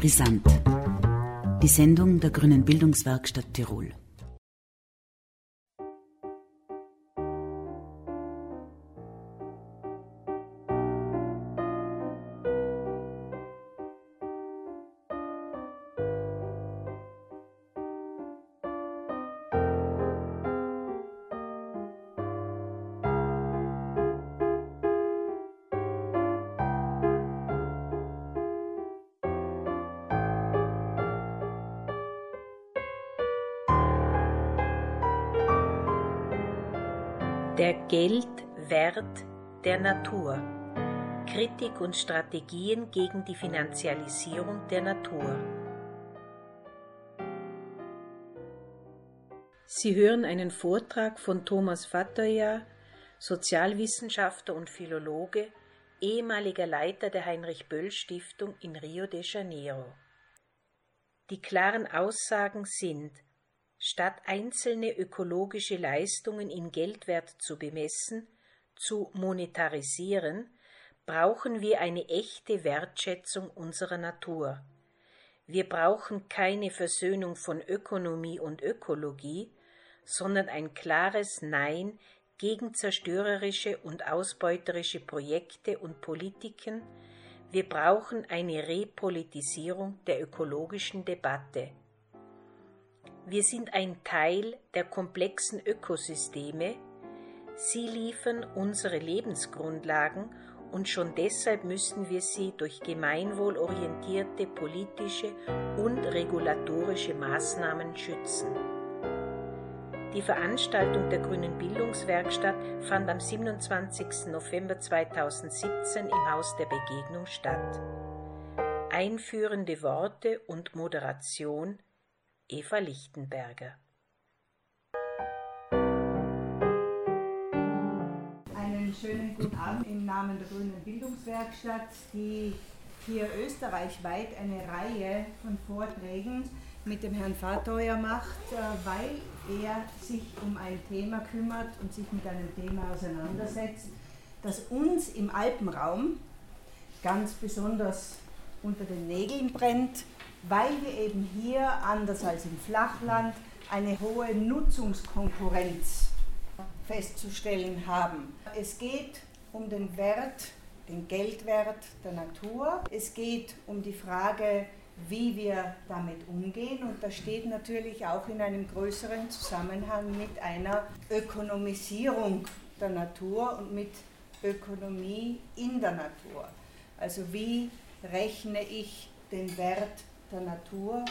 Brisant. Die Sendung der Grünen Bildungswerkstatt Tirol. Der Geldwert der Natur. Kritik und Strategien gegen die Finanzialisierung der Natur. Sie hören einen Vortrag von Thomas Fatoja, Sozialwissenschaftler und Philologe, ehemaliger Leiter der Heinrich-Böll-Stiftung in Rio de Janeiro. Die klaren Aussagen sind: Statt einzelne ökologische Leistungen in Geldwert zu bemessen, zu monetarisieren, brauchen wir eine echte Wertschätzung unserer Natur. Wir brauchen keine Versöhnung von Ökonomie und Ökologie, sondern ein klares Nein gegen zerstörerische und ausbeuterische Projekte und Politiken. Wir brauchen eine Repolitisierung der ökologischen Debatte. Wir sind ein Teil der komplexen Ökosysteme. Sie liefern unsere Lebensgrundlagen und schon deshalb müssen wir sie durch gemeinwohlorientierte politische und regulatorische Maßnahmen schützen. Die Veranstaltung der Grünen Bildungswerkstatt fand am 27. November 2017 im Haus der Begegnung statt. Einführende Worte und Moderation Eva Lichtenberger. Einen schönen guten Abend im Namen der Grünen Bildungswerkstatt, die hier österreichweit eine Reihe von Vorträgen mit dem Herrn Fatoja macht, weil er sich um ein Thema kümmert und sich mit einem Thema auseinandersetzt, das uns im Alpenraum ganz besonders unter den Nägeln brennt, weil wir eben hier, anders als im Flachland, eine hohe Nutzungskonkurrenz festzustellen haben. Es geht um den Wert, den Geldwert der Natur. Es geht um die Frage, wie wir damit umgehen. Und das steht natürlich auch in einem größeren Zusammenhang mit einer Ökonomisierung der Natur und mit Ökonomie in der Natur. Also wie rechne ich den Wert der Natur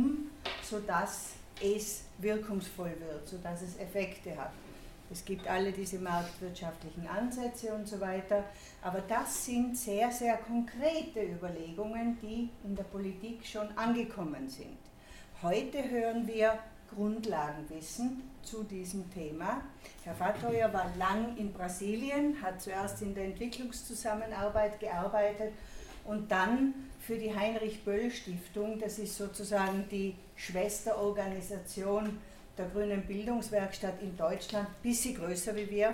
sodass es wirkungsvoll wird, sodass es Effekte hat. Es gibt alle diese marktwirtschaftlichen Ansätze und so weiter, aber das sind sehr, sehr konkrete Überlegungen, die in der Politik schon angekommen sind. Heute hören wir Grundlagenwissen zu diesem Thema. Herr Fatoja war lang in Brasilien, hat zuerst in der Entwicklungszusammenarbeit gearbeitet und dann für die Heinrich-Böll-Stiftung, das ist sozusagen die Schwesterorganisation der Grünen Bildungswerkstatt in Deutschland, ein bisschen größer wie wir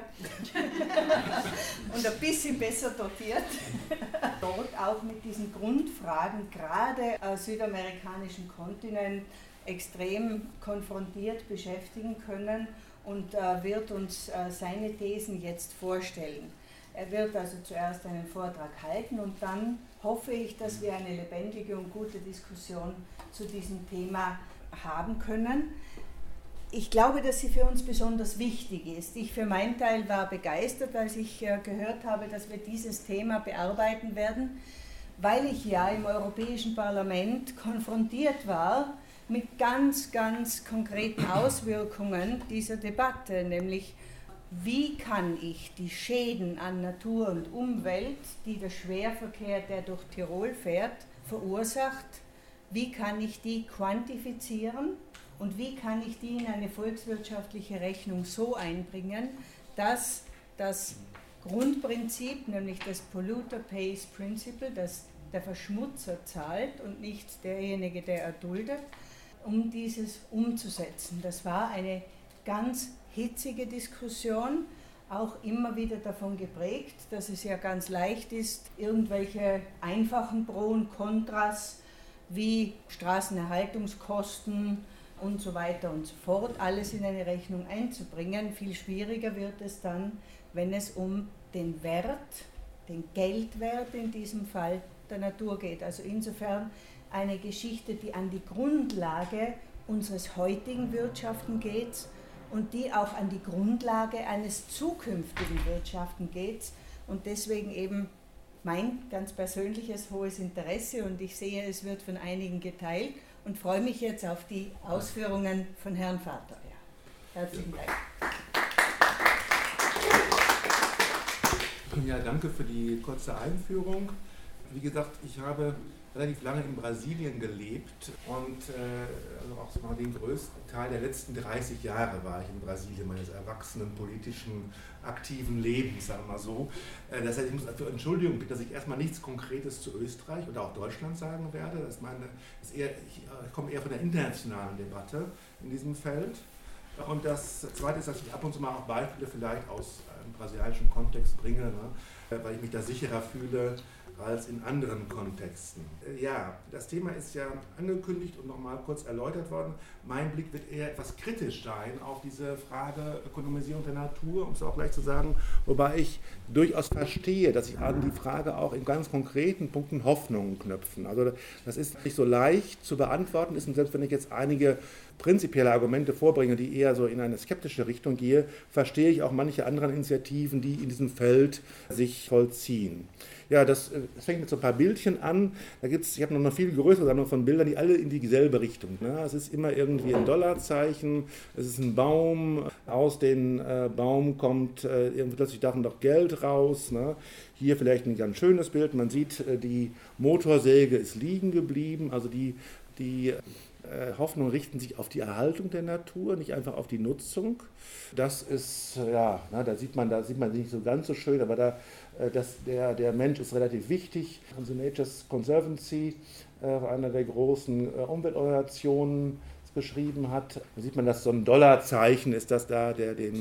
und ein bisschen besser dotiert, dort auch mit diesen Grundfragen, gerade am südamerikanischen Kontinent, extrem konfrontiert beschäftigen können und wird uns seine Thesen jetzt vorstellen. Er wird also zuerst einen Vortrag halten und dann hoffe ich, dass wir eine lebendige und gute Diskussion zu diesem Thema haben können. Ich glaube, dass sie für uns besonders wichtig ist. Ich für meinen Teil war begeistert, als ich gehört habe, dass wir dieses Thema bearbeiten werden, weil ich ja im Europäischen Parlament konfrontiert war mit ganz, ganz konkreten Auswirkungen dieser Debatte, nämlich wie kann ich die Schäden an Natur und Umwelt, die der Schwerverkehr, der durch Tirol fährt, verursacht, wie kann ich die quantifizieren und wie kann ich die in eine volkswirtschaftliche Rechnung so einbringen, dass das Grundprinzip, nämlich das Polluter Pays Principle, dass der Verschmutzer zahlt und nicht derjenige, der erduldet, um dieses umzusetzen. Das war eine ganz hitzige Diskussion, auch immer wieder davon geprägt, dass es ja ganz leicht ist, irgendwelche einfachen Pro und Kontras wie Straßenerhaltungskosten und so weiter und so fort, alles in eine Rechnung einzubringen. Viel schwieriger wird es dann, wenn es um den Wert, den Geldwert in diesem Fall der Natur geht. Also insofern eine Geschichte, die an die Grundlage unseres heutigen Wirtschaften geht und die auch an die Grundlage eines zukünftigen Wirtschaften geht und deswegen eben mein ganz persönliches hohes Interesse und ich sehe, es wird von einigen geteilt und freue mich jetzt auf die Ausführungen von Herrn Fateuer. Herzlichen Dank. Ja, danke für die kurze Einführung. Wie gesagt, ich habe relativ lange in Brasilien gelebt und also auch mal den größten Teil der letzten 30 Jahre war ich in Brasilien, meines erwachsenen, politischen, aktiven Lebens, sagen wir mal so. Das heißt, ich muss dafür Entschuldigung bitten, dass ich erstmal nichts Konkretes zu Österreich oder auch Deutschland sagen werde. Ich komme eher von der internationalen Debatte in diesem Feld. Und das Zweite ist, dass ich ab und zu mal auch Beispiele vielleicht aus einem brasilianischen Kontext bringe, ne, weil ich mich da sicherer fühle als in anderen Kontexten. Ja, das Thema ist ja angekündigt und nochmal kurz erläutert worden. Mein Blick wird eher etwas kritisch sein auf diese Frage Ökonomisierung der Natur, um es auch gleich zu sagen, wobei ich durchaus verstehe, dass sich an die Frage auch in ganz konkreten Punkten Hoffnungen knüpfen. Also das ist nicht so leicht zu beantworten ist und selbst wenn ich jetzt einige prinzipielle Argumente vorbringe, die eher so in eine skeptische Richtung gehe, verstehe ich auch manche anderen Initiativen, die in diesem Feld sich vollziehen. Ja, das fängt mit so ein paar Bildchen an. Ich habe noch eine viel größere Sammlung von Bildern, die alle in dieselbe Richtung. Ne? Es ist immer irgendwie ein Dollarzeichen, es ist ein Baum, aus dem Baum kommt plötzlich da noch Geld raus. Ne? Hier vielleicht ein ganz schönes Bild, man sieht, die Motorsäge ist liegen geblieben, also die Hoffnungen richten sich auf die Erhaltung der Natur, nicht einfach auf die Nutzung. Das ist, ja, da sieht man nicht so ganz so schön, aber der Mensch ist relativ wichtig. Also Nature's Conservancy, einer der großen Umweltorganisationen, beschrieben hat. Da sieht man, dass so ein Dollarzeichen ist, das da, der den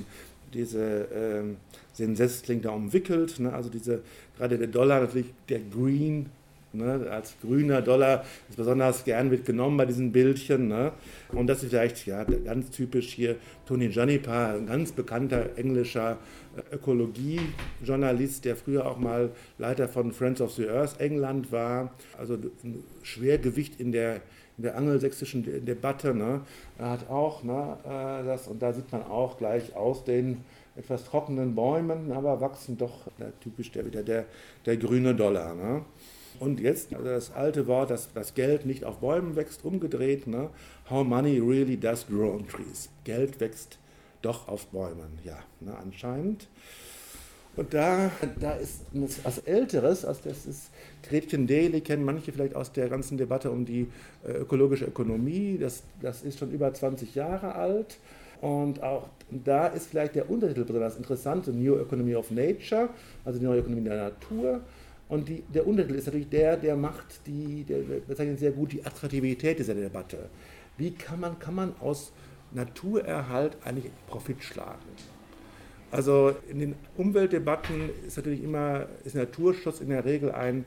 Setzling da umwickelt. Ne? Also gerade der Dollar, natürlich der Green, ne, als grüner Dollar ist besonders gern mitgenommen bei diesen Bildchen. Ne? Und das ist vielleicht ganz typisch hier Tony Juniper, ein ganz bekannter englischer Ökologiejournalist, der früher auch mal Leiter von Friends of the Earth England war. Also ein Schwergewicht in der angelsächsischen Debatte. Ne? Er hat auch das, und da sieht man auch gleich aus den etwas trockenen Bäumen, aber wachsen doch typisch der grüne Dollar. Ne? Und jetzt das alte Wort, dass das Geld nicht auf Bäumen wächst, umgedreht. Ne? How money really does grow on trees. Geld wächst doch auf Bäumen, ja, anscheinend. Und da ist was Älteres, das ist Gretchen Daly, kennen manche vielleicht aus der ganzen Debatte um die ökologische Ökonomie. Das ist schon über 20 Jahre alt. Und auch da ist vielleicht der Untertitel besonders interessant, The New Economy of Nature, also die neue Ökonomie der Natur. Und der Untertitel ist natürlich der bezeichnet sehr gut die Attraktivität dieser Debatte. Wie kann man aus Naturerhalt eigentlich Profit schlagen? Also in den Umweltdebatten ist natürlich Naturschutz in der Regel eine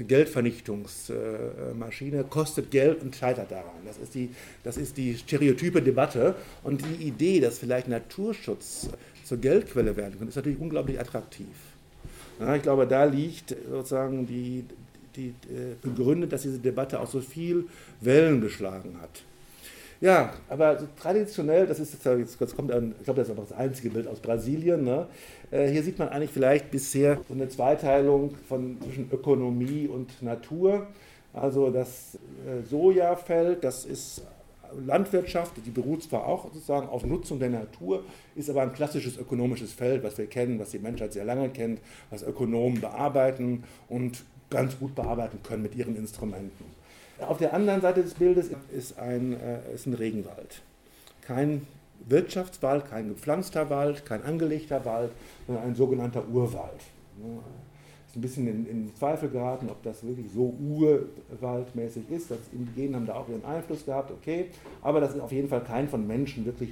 Geldvernichtungsmaschine, kostet Geld und scheitert daran. Das ist die stereotype Debatte. Und die Idee, dass vielleicht Naturschutz zur Geldquelle werden kann, ist natürlich unglaublich attraktiv. Ja, ich glaube, da liegt sozusagen die begründet, dass diese Debatte auch so viel Wellen geschlagen hat. Ja, aber so traditionell, das kommt ich glaube, das ist aber das einzige Bild aus Brasilien. Ne? Hier sieht man eigentlich vielleicht bisher so eine Zweiteilung zwischen Ökonomie und Natur. Also das Sojafeld, das ist Landwirtschaft, die beruht zwar auch sozusagen auf Nutzung der Natur, ist aber ein klassisches ökonomisches Feld, was wir kennen, was die Menschheit sehr lange kennt, was Ökonomen bearbeiten und ganz gut bearbeiten können mit ihren Instrumenten. Auf der anderen Seite des Bildes ist ein Regenwald. Kein Wirtschaftswald, kein gepflanzter Wald, kein angelegter Wald, sondern ein sogenannter Urwald. Ist ein bisschen in Zweifel geraten, ob das wirklich so urwaldmäßig ist. Die Indigenen haben da auch ihren Einfluss gehabt, okay. Aber das ist auf jeden Fall kein von Menschen wirklich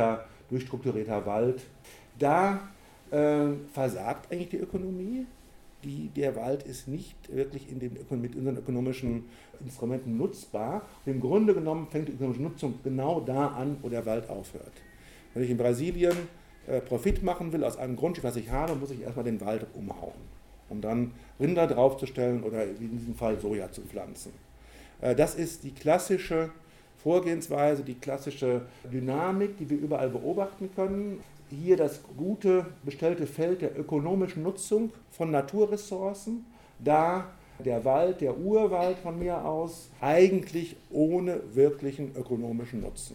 durchstrukturierter Wald. Da versagt eigentlich die Ökonomie. der Wald ist nicht wirklich mit unseren ökonomischen Instrumenten nutzbar. Und im Grunde genommen fängt die ökonomische Nutzung genau da an, wo der Wald aufhört. Wenn ich in Brasilien Profit machen will aus einem Grundstück, was ich habe, muss ich erstmal den Wald umhauen, um dann Rinder draufzustellen oder wie in diesem Fall Soja zu pflanzen. Das ist die klassische Vorgehensweise, die klassische Dynamik, die wir überall beobachten können. Hier das gute, bestellte Feld der ökonomischen Nutzung von Naturressourcen, da der Wald, der Urwald von mir aus, eigentlich ohne wirklichen ökonomischen Nutzen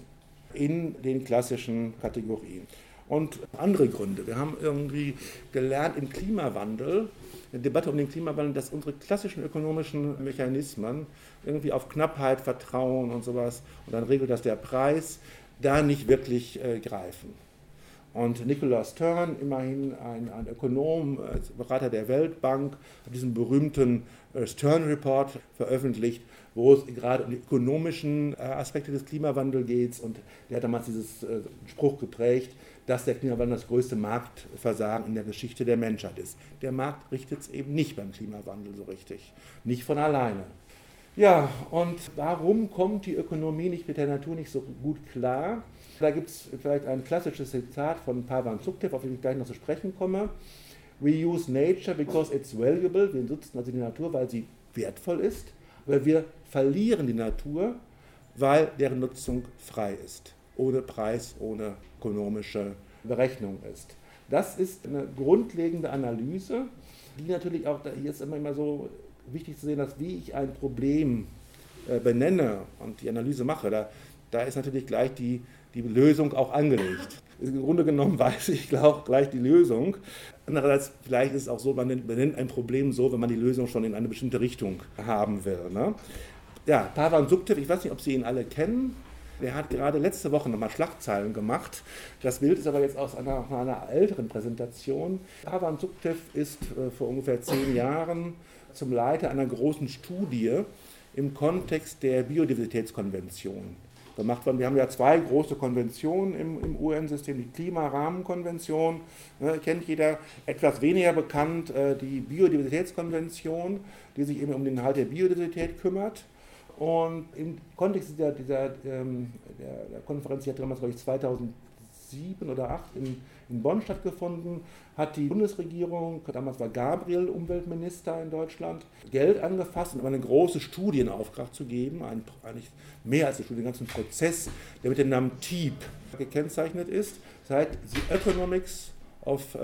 in den klassischen Kategorien. Und andere Gründe. Wir haben irgendwie gelernt im Klimawandel, eine Debatte um den Klimawandel, dass unsere klassischen ökonomischen Mechanismen irgendwie auf Knappheit, Vertrauen und sowas und dann regelt das der Preis, da nicht wirklich greifen. Und Nicholas Stern, immerhin ein Ökonom, Berater der Weltbank, hat diesen berühmten Stern Report veröffentlicht, wo es gerade um die ökonomischen Aspekte des Klimawandels geht. Und der hat damals dieses Spruch geprägt, dass der Klimawandel das größte Marktversagen in der Geschichte der Menschheit ist. Der Markt richtet es eben nicht beim Klimawandel so richtig, nicht von alleine. Ja, und warum kommt die Ökonomie nicht mit der Natur nicht so gut klar? Da gibt es vielleicht ein klassisches Zitat von Pavan Sukhdev, auf den ich gleich noch zu sprechen komme. We use nature because it's valuable. Wir nutzen also die Natur, weil sie wertvoll ist. Aber wir verlieren die Natur, weil deren Nutzung frei ist. Ohne Preis, ohne ökonomische Berechnung ist. Das ist eine grundlegende Analyse, die natürlich auch, hier ist immer so wichtig zu sehen, dass wie ich ein Problem benenne und die Analyse mache, da ist natürlich gleich die Lösung auch angelegt. Im Grunde genommen weiß ich, glaube gleich die Lösung. Andererseits, vielleicht ist es auch so, man benennt ein Problem so, wenn man die Lösung schon in eine bestimmte Richtung haben will. Ne? Ja, Pavan Sukhdev, ich weiß nicht, ob Sie ihn alle kennen. Der hat gerade letzte Woche nochmal Schlagzeilen gemacht. Das Bild ist aber jetzt aus einer älteren Präsentation. Pavan Sukhdev ist vor ungefähr 10 Jahren zum Leiter einer großen Studie im Kontext der Biodiversitätskonvention gemacht worden. Wir haben ja 2 große Konventionen im UN-System, die Klimarahmenkonvention, kennt jeder, etwas weniger bekannt, die Biodiversitätskonvention, die sich eben um den Erhalt der Biodiversität kümmert. Und im Kontext der Konferenz, die hat damals, glaube ich, 2007 oder 2008 in Bonn stattgefunden, hat die Bundesregierung, damals war Gabriel Umweltminister in Deutschland, Geld angefasst, um eine große Studie in Auftrag zu geben, eigentlich mehr als eine Studie, den ganzen Prozess, der mit dem Namen TEEP gekennzeichnet ist. Das heißt, The Economics of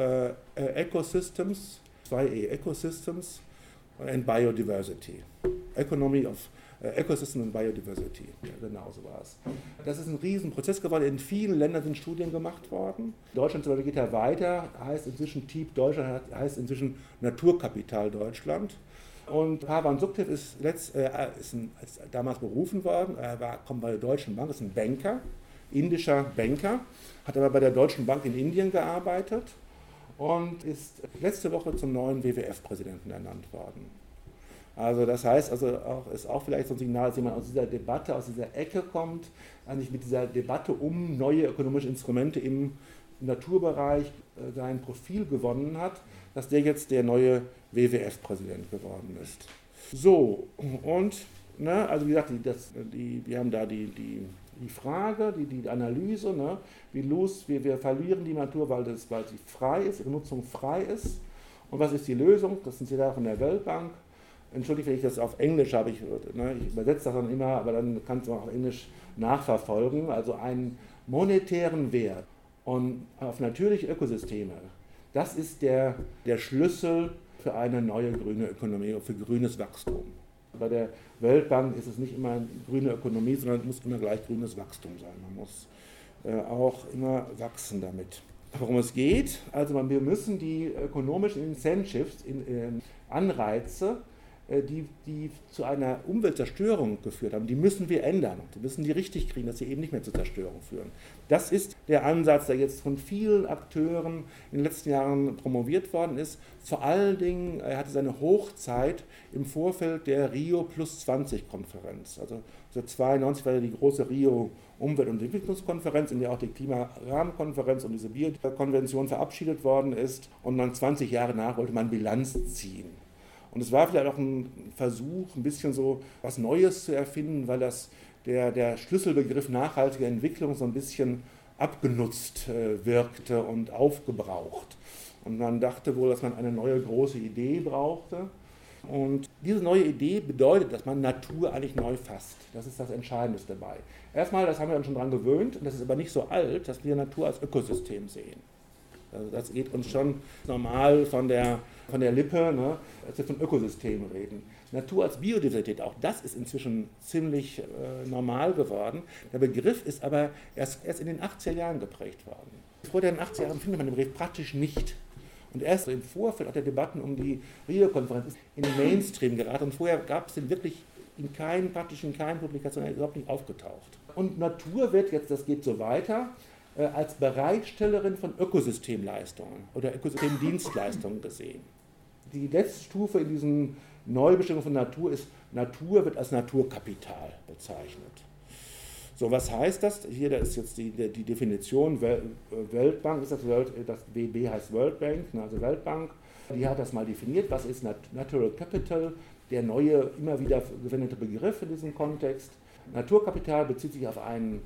Ecosystems, 2E, Ecosystems and Biodiversity. Economy of Ecosystem and Biodiversity, ja, genau so war es. Das ist ein Riesenprozess geworden. In vielen Ländern sind Studien gemacht worden. Deutschland zum Beispiel geht ja weiter, heißt inzwischen TEEP Deutschland, heißt inzwischen Naturkapital Deutschland. Und Pavan Sukhdev ist damals berufen worden, kommt bei der Deutschen Bank, ist ein Banker, indischer Banker, hat aber bei der Deutschen Bank in Indien gearbeitet und ist letzte Woche zum neuen WWF-Präsidenten ernannt worden. Also das heißt, ist auch vielleicht so ein Signal, dass jemand aus dieser Debatte, aus dieser Ecke kommt, eigentlich mit dieser Debatte um neue ökonomische Instrumente im Naturbereich sein Profil gewonnen hat, dass der jetzt der neue WWF-Präsident geworden ist. So, und, also wie gesagt, wir haben da die Frage, die Analyse, wir verlieren die Natur, weil sie frei ist, ihre Nutzung frei ist. Und was ist die Lösung? Das sind Zitate von der Weltbank. Entschuldigt, wenn ich das auf Englisch habe, ich übersetze das dann immer, aber dann kannst du auch auf Englisch nachverfolgen. Also einen monetären Wert und auf natürliche Ökosysteme, das ist der Schlüssel für eine neue grüne Ökonomie und für grünes Wachstum. Bei der Weltbank ist es nicht immer eine grüne Ökonomie, sondern es muss immer gleich grünes Wachstum sein. Man muss auch immer wachsen damit. Worum es geht, also wir müssen die ökonomischen Incentives, Anreize, die zu einer Umweltzerstörung geführt haben, die müssen wir ändern. Wir müssen die richtig kriegen, dass sie eben nicht mehr zur Zerstörung führen. Das ist der Ansatz, der jetzt von vielen Akteuren in den letzten Jahren promoviert worden ist. Vor allen Dingen, er hatte seine Hochzeit im Vorfeld der Rio+20-Konferenz. Also 1992 war ja die große Rio-Umwelt- und Entwicklungskonferenz, in der auch die Klimarahmenkonferenz und diese Biokonvention verabschiedet worden ist. Und dann 20 Jahre nach wollte man Bilanz ziehen. Und es war vielleicht auch ein Versuch, ein bisschen so was Neues zu erfinden, weil der Schlüsselbegriff nachhaltige Entwicklung so ein bisschen abgenutzt wirkte und aufgebraucht. Und man dachte wohl, dass man eine neue große Idee brauchte. Und diese neue Idee bedeutet, dass man Natur eigentlich neu fasst. Das ist das Entscheidende dabei. Erstmal, das haben wir uns schon daran gewöhnt, und das ist aber nicht so alt, dass wir Natur als Ökosystem sehen. Also das geht uns schon normal von der Lippe, ne, als wir von Ökosystemen reden. Natur als Biodiversität, auch das ist inzwischen ziemlich normal geworden. Der Begriff ist aber erst in den 80er Jahren geprägt worden. Vor den 80er Jahren findet man den Begriff praktisch nicht. Und erst im Vorfeld auch der Debatten um die Rio-Konferenz ist in den Mainstream geraten. Und vorher gab es den wirklich praktisch in keinen Publikationen überhaupt nicht aufgetaucht. Und Natur wird jetzt, das geht so weiter, als Bereitstellerin von Ökosystemleistungen oder Ökosystemdienstleistungen gesehen. Die letzte Stufe in diesen Neubestimmungen von Natur ist, Natur wird als Naturkapital bezeichnet. So, was heißt das? Hier, da ist jetzt die Definition, Weltbank, das WB heißt World Bank, also Weltbank, die hat das mal definiert, was ist Natural Capital, der neue, immer wieder verwendete Begriff in diesem Kontext. Naturkapital bezieht sich auf einen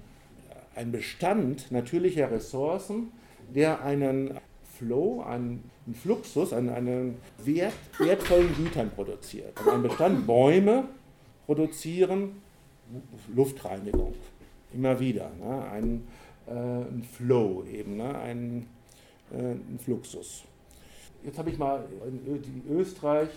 Bestand natürlicher Ressourcen, der einen Flow, einen Fluxus, einen wertvollen Gütern produziert. Also ein Bestand, Bäume produzieren Luftreinigung, immer wieder, ne? Ein Flow eben, ne? Ein Fluxus. Jetzt habe ich mal in Österreich,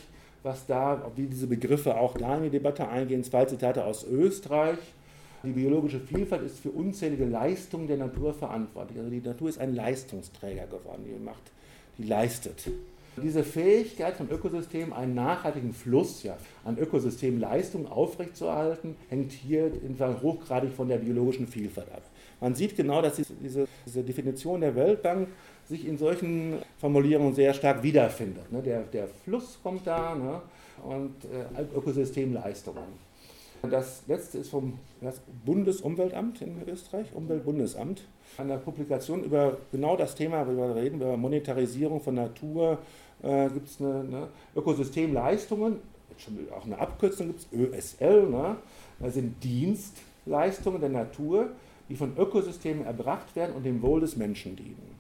wie diese Begriffe auch da in die Debatte eingehen, 2 Zitate aus Österreich. Die biologische Vielfalt ist für unzählige Leistungen der Natur verantwortlich. Also die Natur ist ein Leistungsträger geworden, die leistet. Diese Fähigkeit von Ökosystemen, einen nachhaltigen Fluss an Ökosystemleistungen aufrechtzuerhalten, hängt hier hochgradig von der biologischen Vielfalt ab. Man sieht genau, dass diese Definition der Weltbank sich in solchen Formulierungen sehr stark wiederfindet. Der Fluss kommt da, ne? Und Ökosystemleistungen. Das letzte ist vom Bundesumweltamt in Österreich, Umweltbundesamt, eine Publikation über genau das Thema, worüber wir reden, über Monetarisierung von Natur. Gibt es eine Ökosystemleistungen, auch eine Abkürzung gibt es, ÖSL, ne? Das sind Dienstleistungen der Natur, die von Ökosystemen erbracht werden und dem Wohl des Menschen dienen.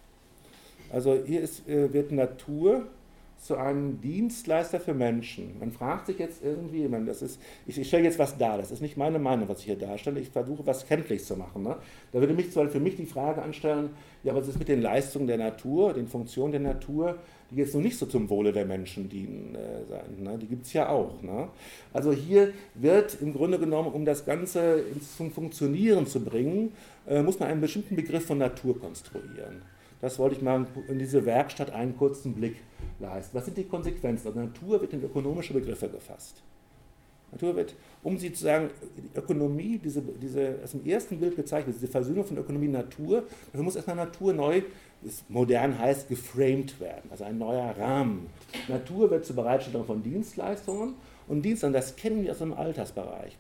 Also hier wird Natur zu einem Dienstleister für Menschen. Man fragt sich jetzt irgendwie, ich stelle jetzt was dar, das ist nicht meine Meinung, was ich hier darstelle, ich versuche was kenntlich zu machen. Ne? Da würde für mich die Frage anstellen, ja, was ist mit den Leistungen der Natur, den Funktionen der Natur, die jetzt noch nicht so zum Wohle der Menschen dienen, ne? Die gibt es ja auch. Ne? Also hier wird im Grunde genommen, um das Ganze zum Funktionieren zu bringen, muss man einen bestimmten Begriff von Natur konstruieren. Das wollte ich mal in diese Werkstatt einen kurzen Blick leisten. Was sind die Konsequenzen? Also Natur wird in ökonomische Begriffe gefasst. Natur wird, um sie zu sagen, Ökonomie, das im ersten Bild gezeichnet, diese Versöhnung von Ökonomie und Natur, dafür muss erstmal Natur neu, das modern heißt, geframed werden, also ein neuer Rahmen. Natur wird zur Bereitstellung von Dienstleistungen und Dienstleistungen, das kennen wir aus dem Altersbereich.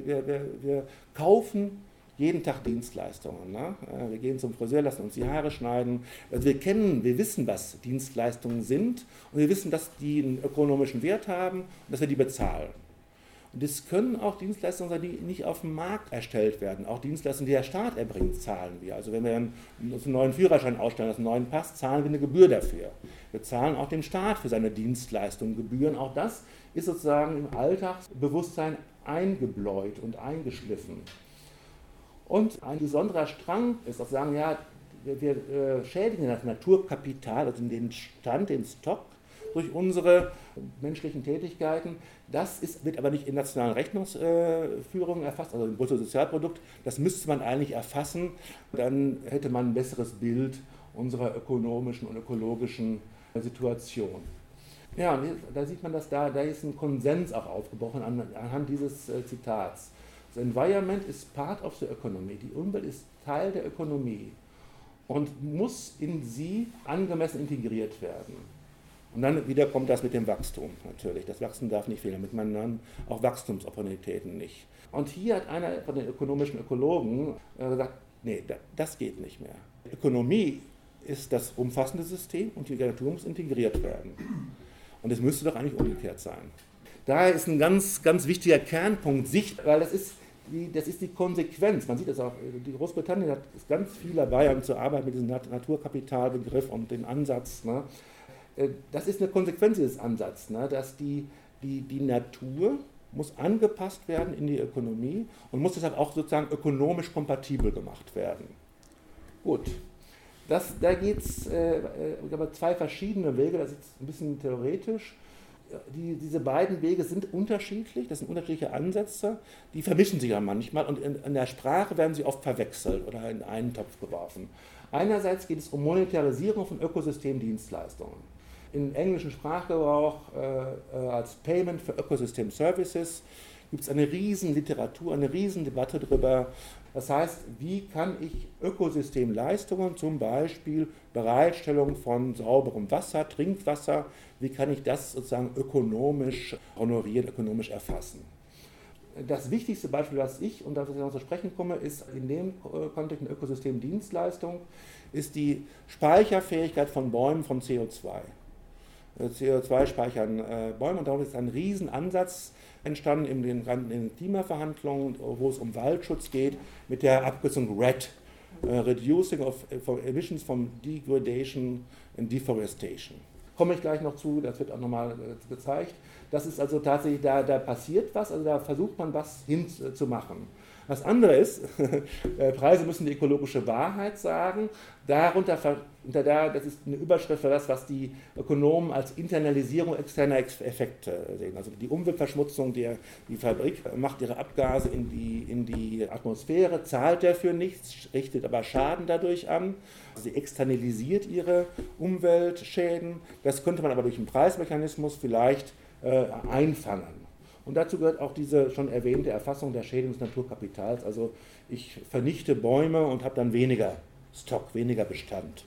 Wir kaufen jeden Tag Dienstleistungen. Ne? Wir gehen zum Friseur, lassen uns die Haare schneiden. Also wir wissen, was Dienstleistungen sind und wir wissen, dass die einen ökonomischen Wert haben und dass wir die bezahlen. Und es können auch Dienstleistungen sein, die nicht auf dem Markt erstellt werden. Auch Dienstleistungen, die der Staat erbringt, zahlen wir. Also wenn wir einen neuen Führerschein ausstellen, einen neuen Pass, zahlen wir eine Gebühr dafür. Wir zahlen auch dem Staat für seine Dienstleistungen Gebühren. Auch das ist sozusagen im Alltagsbewusstsein eingebläut und eingeschliffen. Und ein besonderer Strang ist auch sagen, ja, wir schädigen das Naturkapital, also den Stand, den Stock, durch unsere menschlichen Tätigkeiten. Wird aber nicht in nationalen Rechnungsführungen erfasst, also im Bruttosozialprodukt. Das müsste man eigentlich erfassen. Dann hätte man ein besseres Bild unserer ökonomischen und ökologischen Situation. Ja, da sieht man, dass da ist ein Konsens auch aufgebrochen anhand dieses Zitats. The environment is part of the economy. Die Umwelt ist Teil der Ökonomie und muss in sie angemessen integriert werden. Und dann wieder kommt das mit dem Wachstum natürlich. Das Wachstum darf nicht fehlen, damit man dann auch Wachstumsopportunitäten nicht. Und hier hat einer von den ökonomischen Ökologen gesagt, nee, das geht nicht mehr. Ökonomie ist das umfassende System und die Natur muss integriert werden. Und es müsste doch eigentlich umgekehrt sein. Daher ist ein ganz, ganz wichtiger Kernpunkt Sicht, weil das ist die Konsequenz. Man sieht das auch, die Großbritannien hat ganz viel dabei, um zu arbeiten mit diesem Naturkapitalbegriff und dem Ansatz. Ne? Das ist eine Konsequenz dieses Ansatzes, ne? Dass die Natur muss angepasst werden in die Ökonomie und muss deshalb auch sozusagen ökonomisch kompatibel gemacht werden. Gut, da geht es über zwei verschiedene Wege, das ist ein bisschen theoretisch. Diese beiden Wege sind unterschiedlich, das sind unterschiedliche Ansätze, die vermischen sich ja manchmal und in der Sprache werden sie oft verwechselt oder in einen Topf geworfen. Einerseits geht es um Monetarisierung von Ökosystemdienstleistungen. Im englischen Sprachgebrauch als Payment for Ecosystem Services gibt es eine riesen Literatur, eine riesen Debatte darüber. Das heißt, wie kann ich Ökosystemleistungen, zum Beispiel Bereitstellung von sauberem Wasser, Trinkwasser, wie kann ich das sozusagen ökonomisch honorieren, ökonomisch erfassen? Das wichtigste Beispiel, was ich, und dafür ich noch zu sprechen komme, ist in dem Kontext eine Ökosystemdienstleistung, ist die Speicherfähigkeit von Bäumen von CO2. CO2 speichern Bäume und daraus ist ein Riesenansatz entstanden in den Klimaverhandlungen, wo es um Waldschutz geht, mit der Abkürzung RED, Reducing of Emissions from Degradation and Deforestation. Komme ich gleich noch zu, das wird auch nochmal gezeigt. Das ist also tatsächlich, da passiert was, also da versucht man was hinzumachen. Das andere ist, Preise müssen die ökologische Wahrheit sagen. Das ist eine Überschrift für das, was die Ökonomen als Internalisierung externer Effekte sehen. Also die Umweltverschmutzung, die Fabrik macht ihre Abgase in die Atmosphäre, zahlt dafür nichts, richtet aber Schaden dadurch an. Sie externalisiert ihre Umweltschäden. Das könnte man aber durch einen Preismechanismus vielleicht einfangen. Und dazu gehört auch diese schon erwähnte Erfassung der Schädigung des Naturkapitals. Also ich vernichte Bäume und habe dann weniger Stock, weniger Bestand.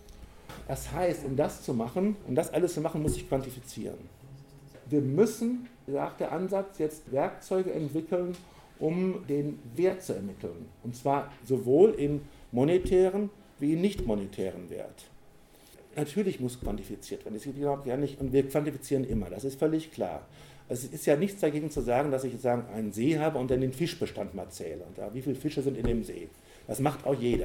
Das heißt, um das alles zu machen, muss ich quantifizieren. Wir müssen, sagt der Ansatz, jetzt Werkzeuge entwickeln, um den Wert zu ermitteln. Und zwar sowohl in monetären wie in nicht monetären Wert. Natürlich muss quantifiziert werden, das geht überhaupt gar nicht, und wir quantifizieren immer, das ist völlig klar. Es ist ja nichts dagegen zu sagen, dass ich jetzt einen See habe und dann den Fischbestand mal zähle. Und wie viele Fische sind in dem See? Das macht auch jeder.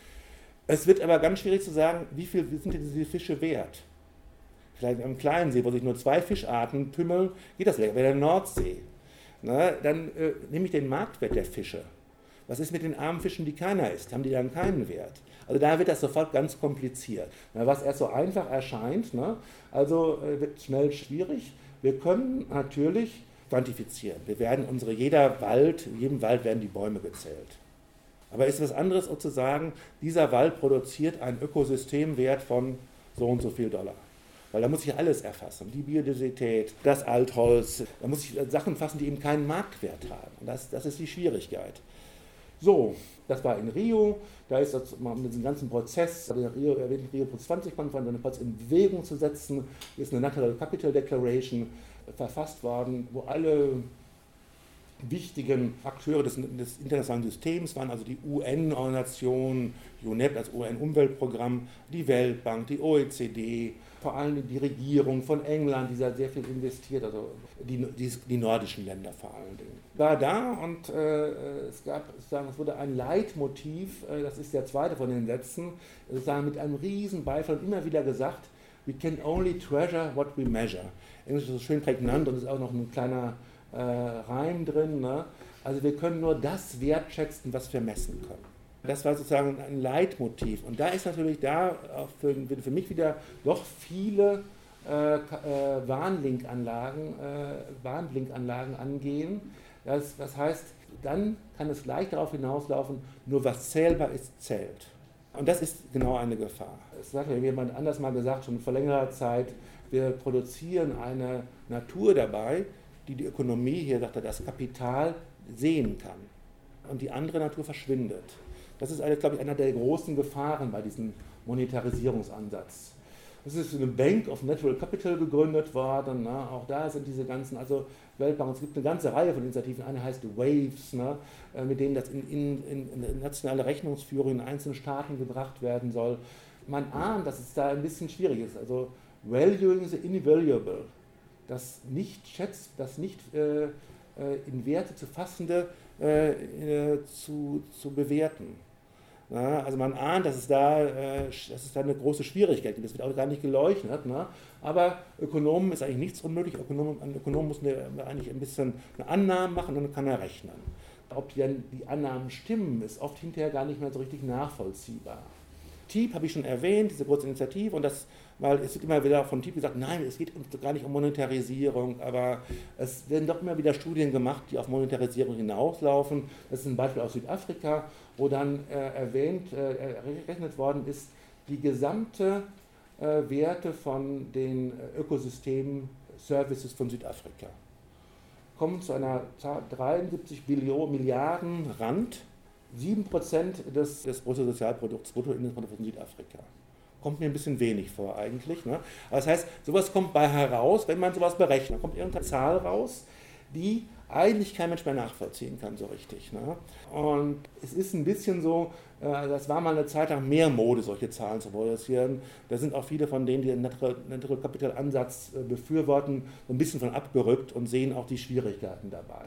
Es wird aber ganz schwierig zu sagen, wie viel sind diese Fische wert? Vielleicht in einem kleinen See, wo sich nur 2 Fischarten tümmeln, geht das weg. Bei der Nordsee, dann nehme ich den Marktwert der Fische. Was ist mit den armen Fischen, die keiner isst? Haben die dann keinen Wert? Also da wird das sofort ganz kompliziert. Was erst so einfach erscheint, wird schnell schwierig. Wir können natürlich quantifizieren. Wir werden in jedem Wald werden die Bäume gezählt. Aber ist was anderes, auch zu sagen, dieser Wald produziert einen Ökosystemwert von so und so viel $. Weil da muss ich alles erfassen. Die Biodiversität, das Altholz. Da muss ich Sachen fassen, die eben keinen Marktwert haben. Und das ist die Schwierigkeit. So, das war in Rio. Da ist das mit diesem ganzen Prozess, Rio plus 20-Konferenz, einen Prozess in Bewegung zu setzen, ist eine Natural Capital Declaration verfasst worden, wo alle wichtigen Akteure des internationalen Systems waren, also die UN-Organisation, die UNEP, das UN-Umweltprogramm, die Weltbank, die OECD, vor allem die Regierung von England, die da sehr viel investiert, also die nordischen Länder vor allen Dingen. War da und es wurde ein Leitmotiv, das ist der zweite von den Sätzen, sozusagen mit einem riesen Beifall immer wieder gesagt, we can only treasure what we measure. Englisch ist so schön prägnant und ist auch noch ein kleiner Reim drin. Ne? Also wir können nur das wertschätzen, was wir messen können. Das war sozusagen ein Leitmotiv. Und da ist natürlich auch für mich wieder doch viele Warnblinkanlagen angehen. Das heißt, dann kann es leicht darauf hinauslaufen, nur was zählbar ist, zählt. Und das ist genau eine Gefahr. Es hat mir jemand anders mal gesagt, schon vor längerer Zeit, wir produzieren eine Natur dabei, die Ökonomie, hier sagt er, das Kapital sehen kann. Und die andere Natur verschwindet. Das ist, glaube ich, einer der großen Gefahren bei diesem Monetarisierungsansatz. Es ist eine Bank of Natural Capital gegründet worden. Ne? Auch da sind diese ganzen, also Weltbank, es gibt eine ganze Reihe von Initiativen. Eine heißt Waves, ne? Mit denen das in nationale Rechnungsführung in einzelnen Staaten gebracht werden soll. Man ahnt, dass es da ein bisschen schwierig ist. Also valuing the invaluable, das nicht schätzt, das nicht in Werte zu fassende zu bewerten. Ja, also man ahnt, dass es da eine große Schwierigkeit gibt. Das wird auch gar nicht geleugnet. Ne? Aber Ökonomen ist eigentlich nichts unmöglich. Ein Ökonom muss eigentlich ein bisschen eine Annahme machen und dann kann er rechnen. Ob die Annahmen stimmen, ist oft hinterher gar nicht mehr so richtig nachvollziehbar. TEEP habe ich schon erwähnt, diese große Initiative, und weil es wird immer wieder von TEEP gesagt, nein, es geht uns gar nicht um Monetarisierung, aber es werden doch immer wieder Studien gemacht, die auf Monetarisierung hinauslaufen. Das ist ein Beispiel aus Südafrika, wo dann errechnet worden ist, die gesamte Werte von den Ökosystem-Services von Südafrika kommen zu einer Zahl 73 Milliarden Rand, 7% des Bruttosozialprodukts, Bruttoinlandsprodukts von Südafrika. Kommt mir ein bisschen wenig vor eigentlich. Ne? Aber das heißt, sowas kommt bei heraus, wenn man sowas berechnet. Da kommt irgendeine Zahl raus, die eigentlich kein Mensch mehr nachvollziehen kann so richtig. Ne? Und es ist ein bisschen so, das war mal eine Zeit lang mehr Mode, solche Zahlen zu produzieren. Da sind auch viele von denen, die den Natural Capital Ansatz befürworten, so ein bisschen von abgerückt und sehen auch die Schwierigkeiten dabei.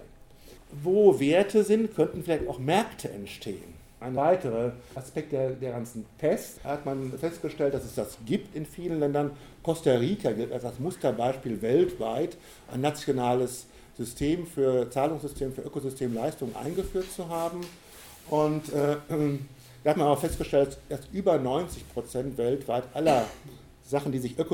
Wo Werte sind, könnten vielleicht auch Märkte entstehen. Ein weiterer Aspekt der ganzen Pest hat man festgestellt, dass es das gibt in vielen Ländern. Costa Rica gilt als das Musterbeispiel weltweit, ein nationales Zahlungssystem für Ökosystemleistungen eingeführt zu haben. Und da hat man auch festgestellt, dass über 90% weltweit aller Sachen, die sich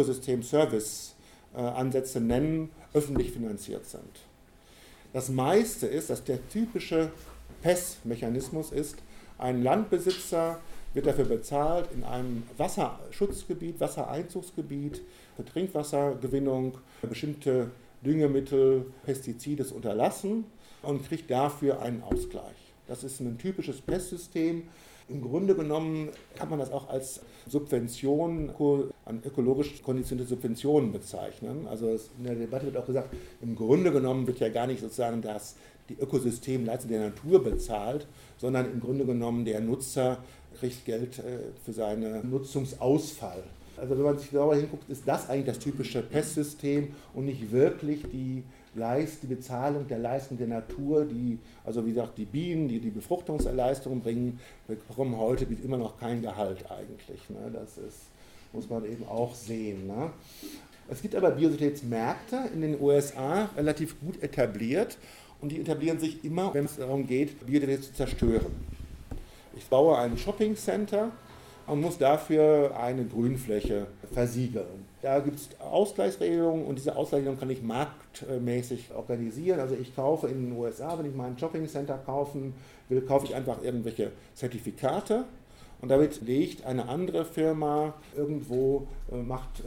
Ökosystem-Service-Ansätze nennen, öffentlich finanziert sind. Das meiste ist, dass der typische PES-Mechanismus ist, ein Landbesitzer wird dafür bezahlt, in einem Wasserschutzgebiet, Wassereinzugsgebiet, für Trinkwassergewinnung bestimmte Düngemittel, Pestizide zu unterlassen und kriegt dafür einen Ausgleich. Das ist ein typisches PES-System. Im Grunde genommen kann man das auch als Subvention, an ökologisch konditionierte Subventionen bezeichnen. Also in der Debatte wird auch gesagt, im Grunde genommen wird ja gar nicht sozusagen die Ökosystemleistung der Natur bezahlt, sondern im Grunde genommen der Nutzer kriegt Geld für seinen Nutzungsausfall. Also wenn man sich genauer hinguckt, ist das eigentlich das typische PES-System und nicht wirklich die Bezahlung der Leistung der Natur, also wie gesagt, die Bienen, die Befruchtungsleistungen bringen, bekommen heute immer noch kein Gehalt eigentlich. Ne? Das muss man eben auch sehen. Ne? Es gibt aber Biodiversitätsmärkte in den USA relativ gut etabliert und die etablieren sich immer, wenn es darum geht, Biodiversität zu zerstören. Ich baue ein Shopping-Center und muss dafür eine Grünfläche versiegeln. Da gibt es Ausgleichsregelungen und diese Ausgleichsregelungen kann ich marktmäßig organisieren. Also ich kaufe in den USA, wenn ich mein Shopping-Center kaufen will, kaufe ich einfach irgendwelche Zertifikate und damit legt eine andere Firma irgendwo, macht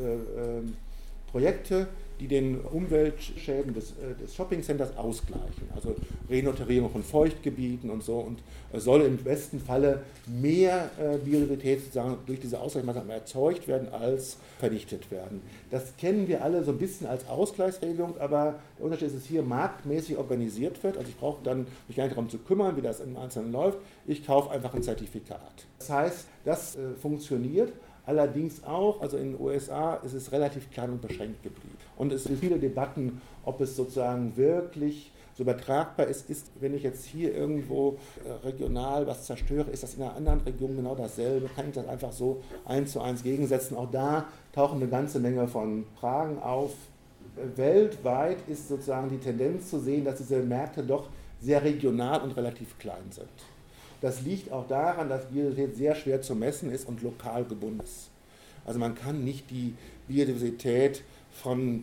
Projekte, die den Umweltschäden des Shoppingcenters ausgleichen. Also Renaturierung von Feuchtgebieten und so. Und es soll im besten Falle mehr Biodiversität sozusagen durch diese Ausgleichsmaßnahmen erzeugt werden, als vernichtet werden. Das kennen wir alle so ein bisschen als Ausgleichsregelung, aber der Unterschied ist, dass es hier marktmäßig organisiert wird. Also ich brauche dann mich gar nicht darum zu kümmern, wie das im Einzelnen läuft. Ich kaufe einfach ein Zertifikat. Das heißt, das funktioniert. Allerdings auch, also in den USA ist es relativ klein und beschränkt geblieben. Und es gibt viele Debatten, ob es sozusagen wirklich so übertragbar ist, wenn ich jetzt hier irgendwo regional was zerstöre, ist das in einer anderen Region genau dasselbe? Kann ich das einfach so 1:1 gegensetzen? Auch da tauchen eine ganze Menge von Fragen auf. Weltweit ist sozusagen die Tendenz zu sehen, dass diese Märkte doch sehr regional und relativ klein sind. Das liegt auch daran, dass Biodiversität sehr schwer zu messen ist und lokal gebunden ist. Also man kann nicht die Biodiversität von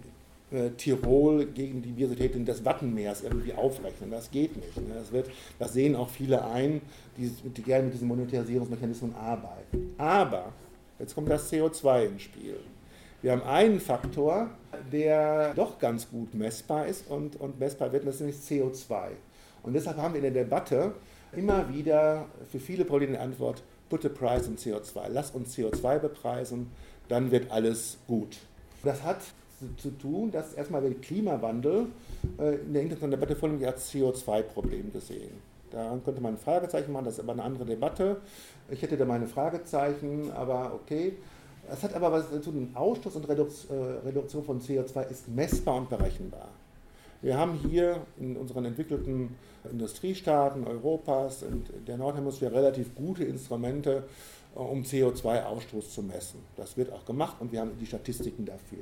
Tirol gegen die Biodiversität des Wattenmeers irgendwie aufrechnen. Das geht nicht. Ne? Das sehen auch viele ein, die gerne mit diesen Monetarisierungsmechanismen arbeiten. Aber jetzt kommt das CO2 ins Spiel. Wir haben einen Faktor, der doch ganz gut messbar ist und messbar wird, das ist nämlich CO2. Und deshalb haben wir in der Debatte immer wieder für viele Probleme die Antwort, put a price on CO2. Lass uns CO2 bepreisen, dann wird alles gut. Das hat zu tun, dass erstmal der Klimawandel in der internationalen Debatte vornehmlich als CO2-Problem gesehen. Daran könnte man ein Fragezeichen machen, das ist aber eine andere Debatte. Ich hätte da meine Fragezeichen, aber okay. Es hat aber was zu tun, Ausstoß und Reduktion von CO2 ist messbar und berechenbar. Wir haben hier in unseren entwickelten Industriestaaten Europas und der Nordhemisphäre relativ gute Instrumente, um CO2-Ausstoß zu messen. Das wird auch gemacht und wir haben die Statistiken dafür.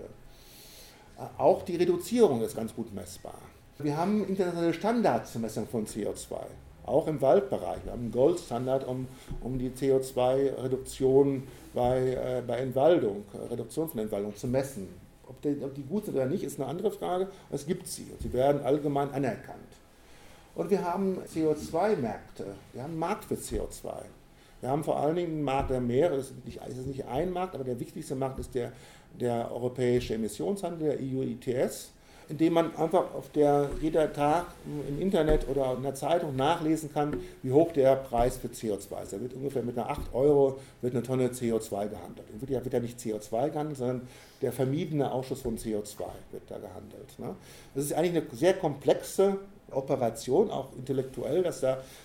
Auch die Reduzierung ist ganz gut messbar. Wir haben internationale Standards zur Messung von CO2, auch im Waldbereich. Wir haben einen Goldstandard, um die CO2-Reduktion bei Entwaldung, Reduktion von Entwaldung zu messen. Ob die gut sind oder nicht, ist eine andere Frage. Es gibt sie und sie werden allgemein anerkannt. Und wir haben CO2-Märkte, wir haben einen Markt für CO2. Wir haben vor allen Dingen einen Markt der Meere, es ist nicht ein Markt, aber der wichtigste Markt ist der europäische Emissionshandel, der EU ETS, in dem man einfach jeder Tag im Internet oder in der Zeitung nachlesen kann, wie hoch der Preis für CO2 ist. Da wird ungefähr mit einer 8 € wird eine Tonne CO2 gehandelt. In Wirklichkeit wird ja nicht CO2 gehandelt, sondern der vermiedene Ausstoß von CO2 wird da gehandelt. Ne? Das ist eigentlich eine sehr komplexe Operation, auch intellektuell, dass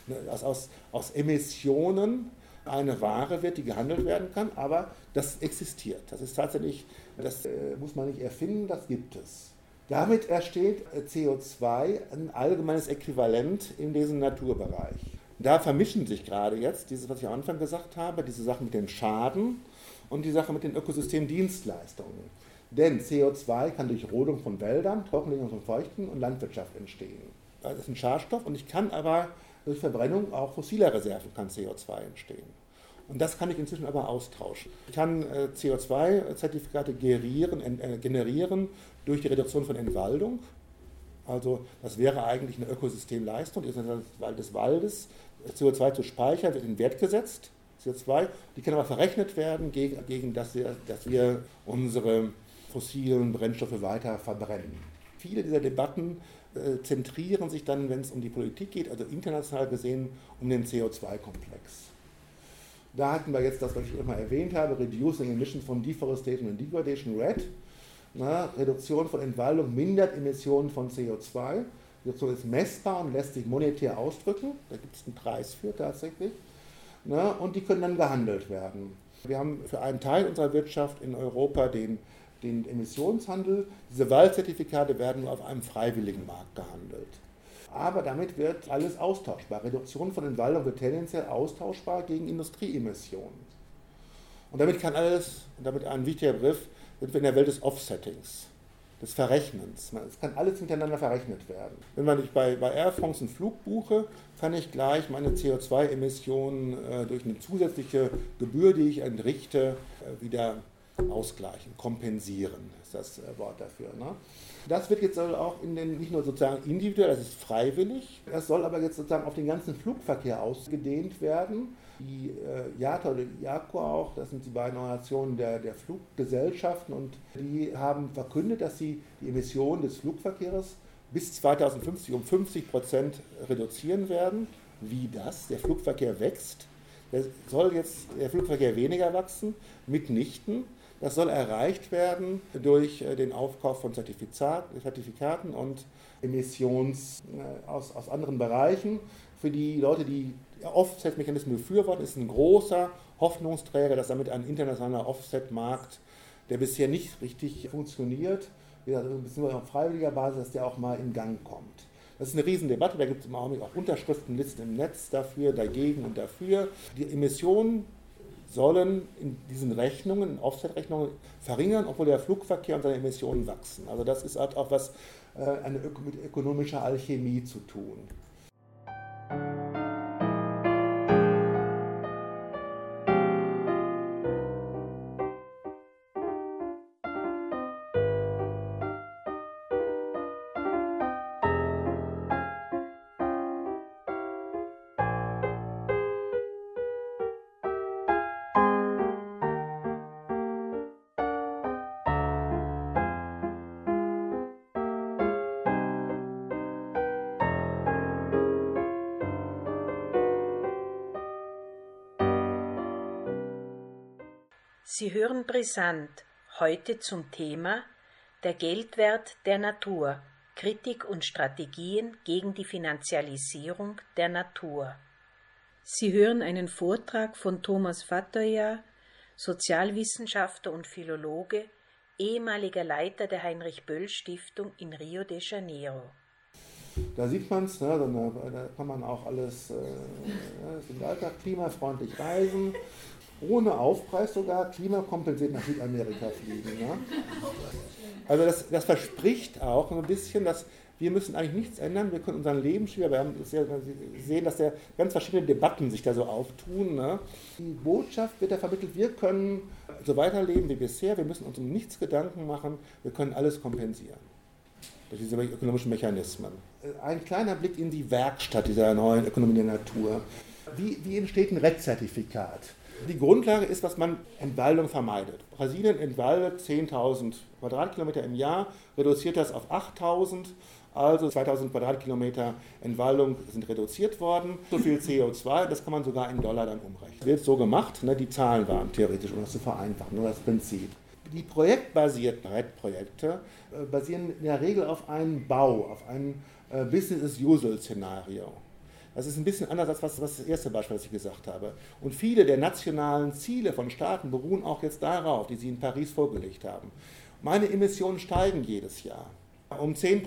aus Emissionen eine Ware wird, die gehandelt werden kann, aber das existiert. Das ist tatsächlich, das muss man nicht erfinden, das gibt es. Damit entsteht CO2 ein allgemeines Äquivalent in diesem Naturbereich. Da vermischen sich gerade jetzt, dieses, was ich am Anfang gesagt habe, diese Sache mit dem Schaden und die Sache mit den Ökosystemdienstleistungen. Denn CO2 kann durch Rodung von Wäldern, Trockenlegung von Feuchten und Landwirtschaft entstehen. Das ist ein Schadstoff und ich kann aber durch Verbrennung auch fossiler Reserven kann CO2 entstehen. Und das kann ich inzwischen aber austauschen. Ich kann CO2-Zertifikate generieren durch die Reduktion von Entwaldung. Also das wäre eigentlich eine Ökosystemleistung des Waldes. CO2 zu speichern, wird in Wert gesetzt, CO2. Die kann aber verrechnet werden, gegen dass wir unsere fossilen Brennstoffe weiter verbrennen. Viele dieser Debatten zentrieren sich dann, wenn es um die Politik geht, also international gesehen, um den CO2-Komplex. Da hatten wir jetzt das, was ich immer erwähnt habe, Reducing Emissions from Deforestation and Degradation, RED. Reduktion von Entwaldung mindert Emissionen von CO2. Reduktion ist messbar und lässt sich monetär ausdrücken. Da gibt es einen Preis für tatsächlich. Und die können dann gehandelt werden. Wir haben für einen Teil unserer Wirtschaft in Europa den Emissionshandel. Diese Waldzertifikate werden nur auf einem freiwilligen Markt gehandelt. Aber damit wird alles austauschbar. Reduktion von Entwaldung wird tendenziell austauschbar gegen Industrieemissionen. Und damit kann alles, und damit ein wichtiger Begriff, sind wir in der Welt des Offsettings, des Verrechnens. Es kann alles miteinander verrechnet werden. Wenn ich bei Air France einen Flug buche, kann ich gleich meine CO2-Emissionen durch eine zusätzliche Gebühr, die ich entrichte, wieder ausgleichen, kompensieren, ist das Wort dafür. Ne? Das wird jetzt auch nicht nur sozusagen individuell, das ist freiwillig, das soll aber jetzt sozusagen auf den ganzen Flugverkehr ausgedehnt werden. Die IATA oder die IACO auch, das sind die beiden Organisationen der Fluggesellschaften und die haben verkündet, dass sie die Emissionen des Flugverkehrs bis 2050 um 50% reduzieren werden. Wie das? Der Flugverkehr wächst. Soll jetzt der Flugverkehr weniger wachsen? Mitnichten. Das soll erreicht werden durch den Aufkauf von Zertifikaten und Emissions aus anderen Bereichen. Für die Leute, die Offset-Mechanismen befürworten, ist ein großer Hoffnungsträger, dass damit ein internationaler Offset-Markt, der bisher nicht richtig funktioniert, nur auf freiwilliger Basis, dass der auch mal in Gang kommt. Das ist eine Riesendebatte, da gibt es im Augenblick auch Unterschriftenlisten im Netz dafür, dagegen und dafür. Die Emissionen sollen in diesen Rechnungen, in Offset-Rechnungen verringern, obwohl der Flugverkehr und seine Emissionen wachsen. Also das ist halt auch was mit ökonomischer Alchemie zu tun. Sie hören Brisant, heute zum Thema Der Geldwert der Natur, Kritik und Strategien gegen die Finanzialisierung der Natur. Sie hören einen Vortrag von Thomas Fattoia, Sozialwissenschaftler und Philologe, ehemaliger Leiter der Heinrich-Böll-Stiftung in Rio de Janeiro. Da sieht man es, ne, da kann man auch alles im Alltag klimafreundlich reisen, ohne Aufpreis sogar, klimakompensiert nach Südamerika fliegen. Ne? Also das verspricht auch ein bisschen, dass wir müssen eigentlich nichts ändern, wir können unseren Lebensstil, wir haben sehen, dass ganz verschiedene Debatten sich da so auftun. Ne? Die Botschaft wird da vermittelt, wir können so weiterleben wie bisher, wir müssen uns um nichts Gedanken machen, wir können alles kompensieren. Durch diese ökonomischen Mechanismen. Ein kleiner Blick in die Werkstatt dieser neuen Ökonomie der Natur. Wie entsteht ein REDD-Zertifikat? Die Grundlage ist, dass man Entwaldung vermeidet. Brasilien entwaldet 10.000 Quadratkilometer im Jahr, reduziert das auf 8.000, also 2.000 Quadratkilometer Entwaldung sind reduziert worden. So viel CO2, das kann man sogar in Dollar dann umrechnen. Das wird so gemacht, ne, die Zahlen waren theoretisch, um das zu vereinfachen, nur das Prinzip. Die projektbasierten REDD-Projekte basieren in der Regel auf einem Bau, auf einem Business-as-usual-Szenario. Das ist ein bisschen anders als das erste Beispiel, das ich gesagt habe. Und viele der nationalen Ziele von Staaten beruhen auch jetzt darauf, die sie in Paris vorgelegt haben. Meine Emissionen steigen jedes Jahr um 10%.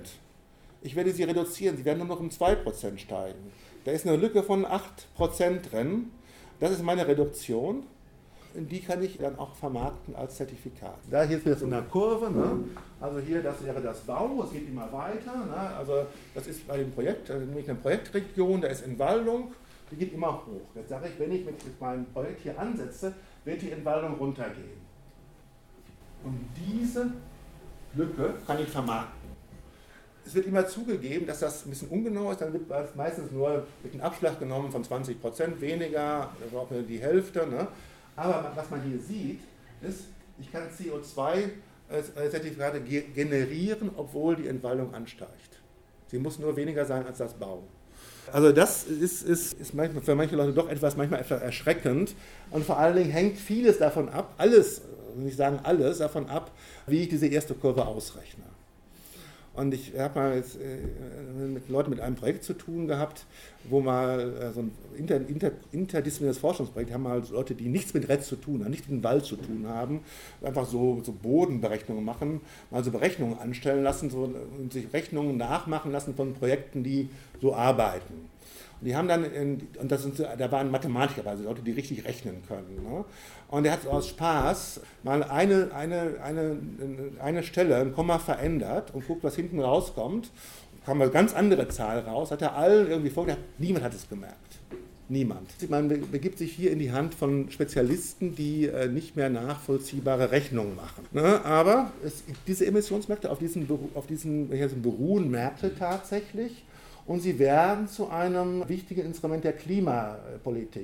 Ich werde sie reduzieren, sie werden nur noch um 2% steigen. Da ist eine Lücke von 8% drin. Das ist meine Reduktion. Die kann ich dann auch vermarkten als Zertifikat. Da hier ist das in der Kurve, ne? Also hier, das wäre das Bau, es geht immer weiter. Ne? Also das ist bei dem Projekt, nämlich eine Projektregion, da ist Entwaldung, die geht immer hoch. Jetzt sage ich, wenn ich mit meinem Projekt hier ansetze, wird die Entwaldung runtergehen. Und diese Lücke kann ich vermarkten. Es wird immer zugegeben, dass das ein bisschen ungenau ist, dann wird meistens nur mit einem Abschlag genommen von 20% weniger, also auch nur die Hälfte. Ne? Aber was man hier sieht, ist, ich kann CO2-Zertifikate generieren, obwohl die Entwaldung ansteigt. Sie muss nur weniger sein als das Bau. Also das ist für manche Leute doch manchmal etwas erschreckend. Und vor allen Dingen hängt vieles davon ab, nicht sagen alles, davon ab, wie ich diese erste Kurve ausrechne. Und ich habe mal jetzt, mit Leuten mit einem Projekt zu tun gehabt, wo mal so ein interdisziplinäres Forschungsprojekt, haben mal Leute, die nichts mit REDD zu tun haben, nichts mit dem Wald zu tun haben, einfach so Bodenberechnungen machen, mal so Berechnungen anstellen lassen und sich Rechnungen nachmachen lassen von Projekten, die so arbeiten. Und die haben dann, da waren Mathematiker, also Leute, die richtig rechnen können. Ne? Und der hat aus Spaß mal eine Stelle, ein Komma verändert und guckt, was hinten rauskommt. Kam eine ganz andere Zahl raus, hat er allen irgendwie vorgedacht, niemand hat es gemerkt. Niemand. Man begibt sich hier in die Hand von Spezialisten, die nicht mehr nachvollziehbare Rechnungen machen. Ne? Aber diese Emissionsmärkte, auf diesen beruhen Märkte tatsächlich. Und sie werden zu einem wichtigen Instrument der Klimapolitik.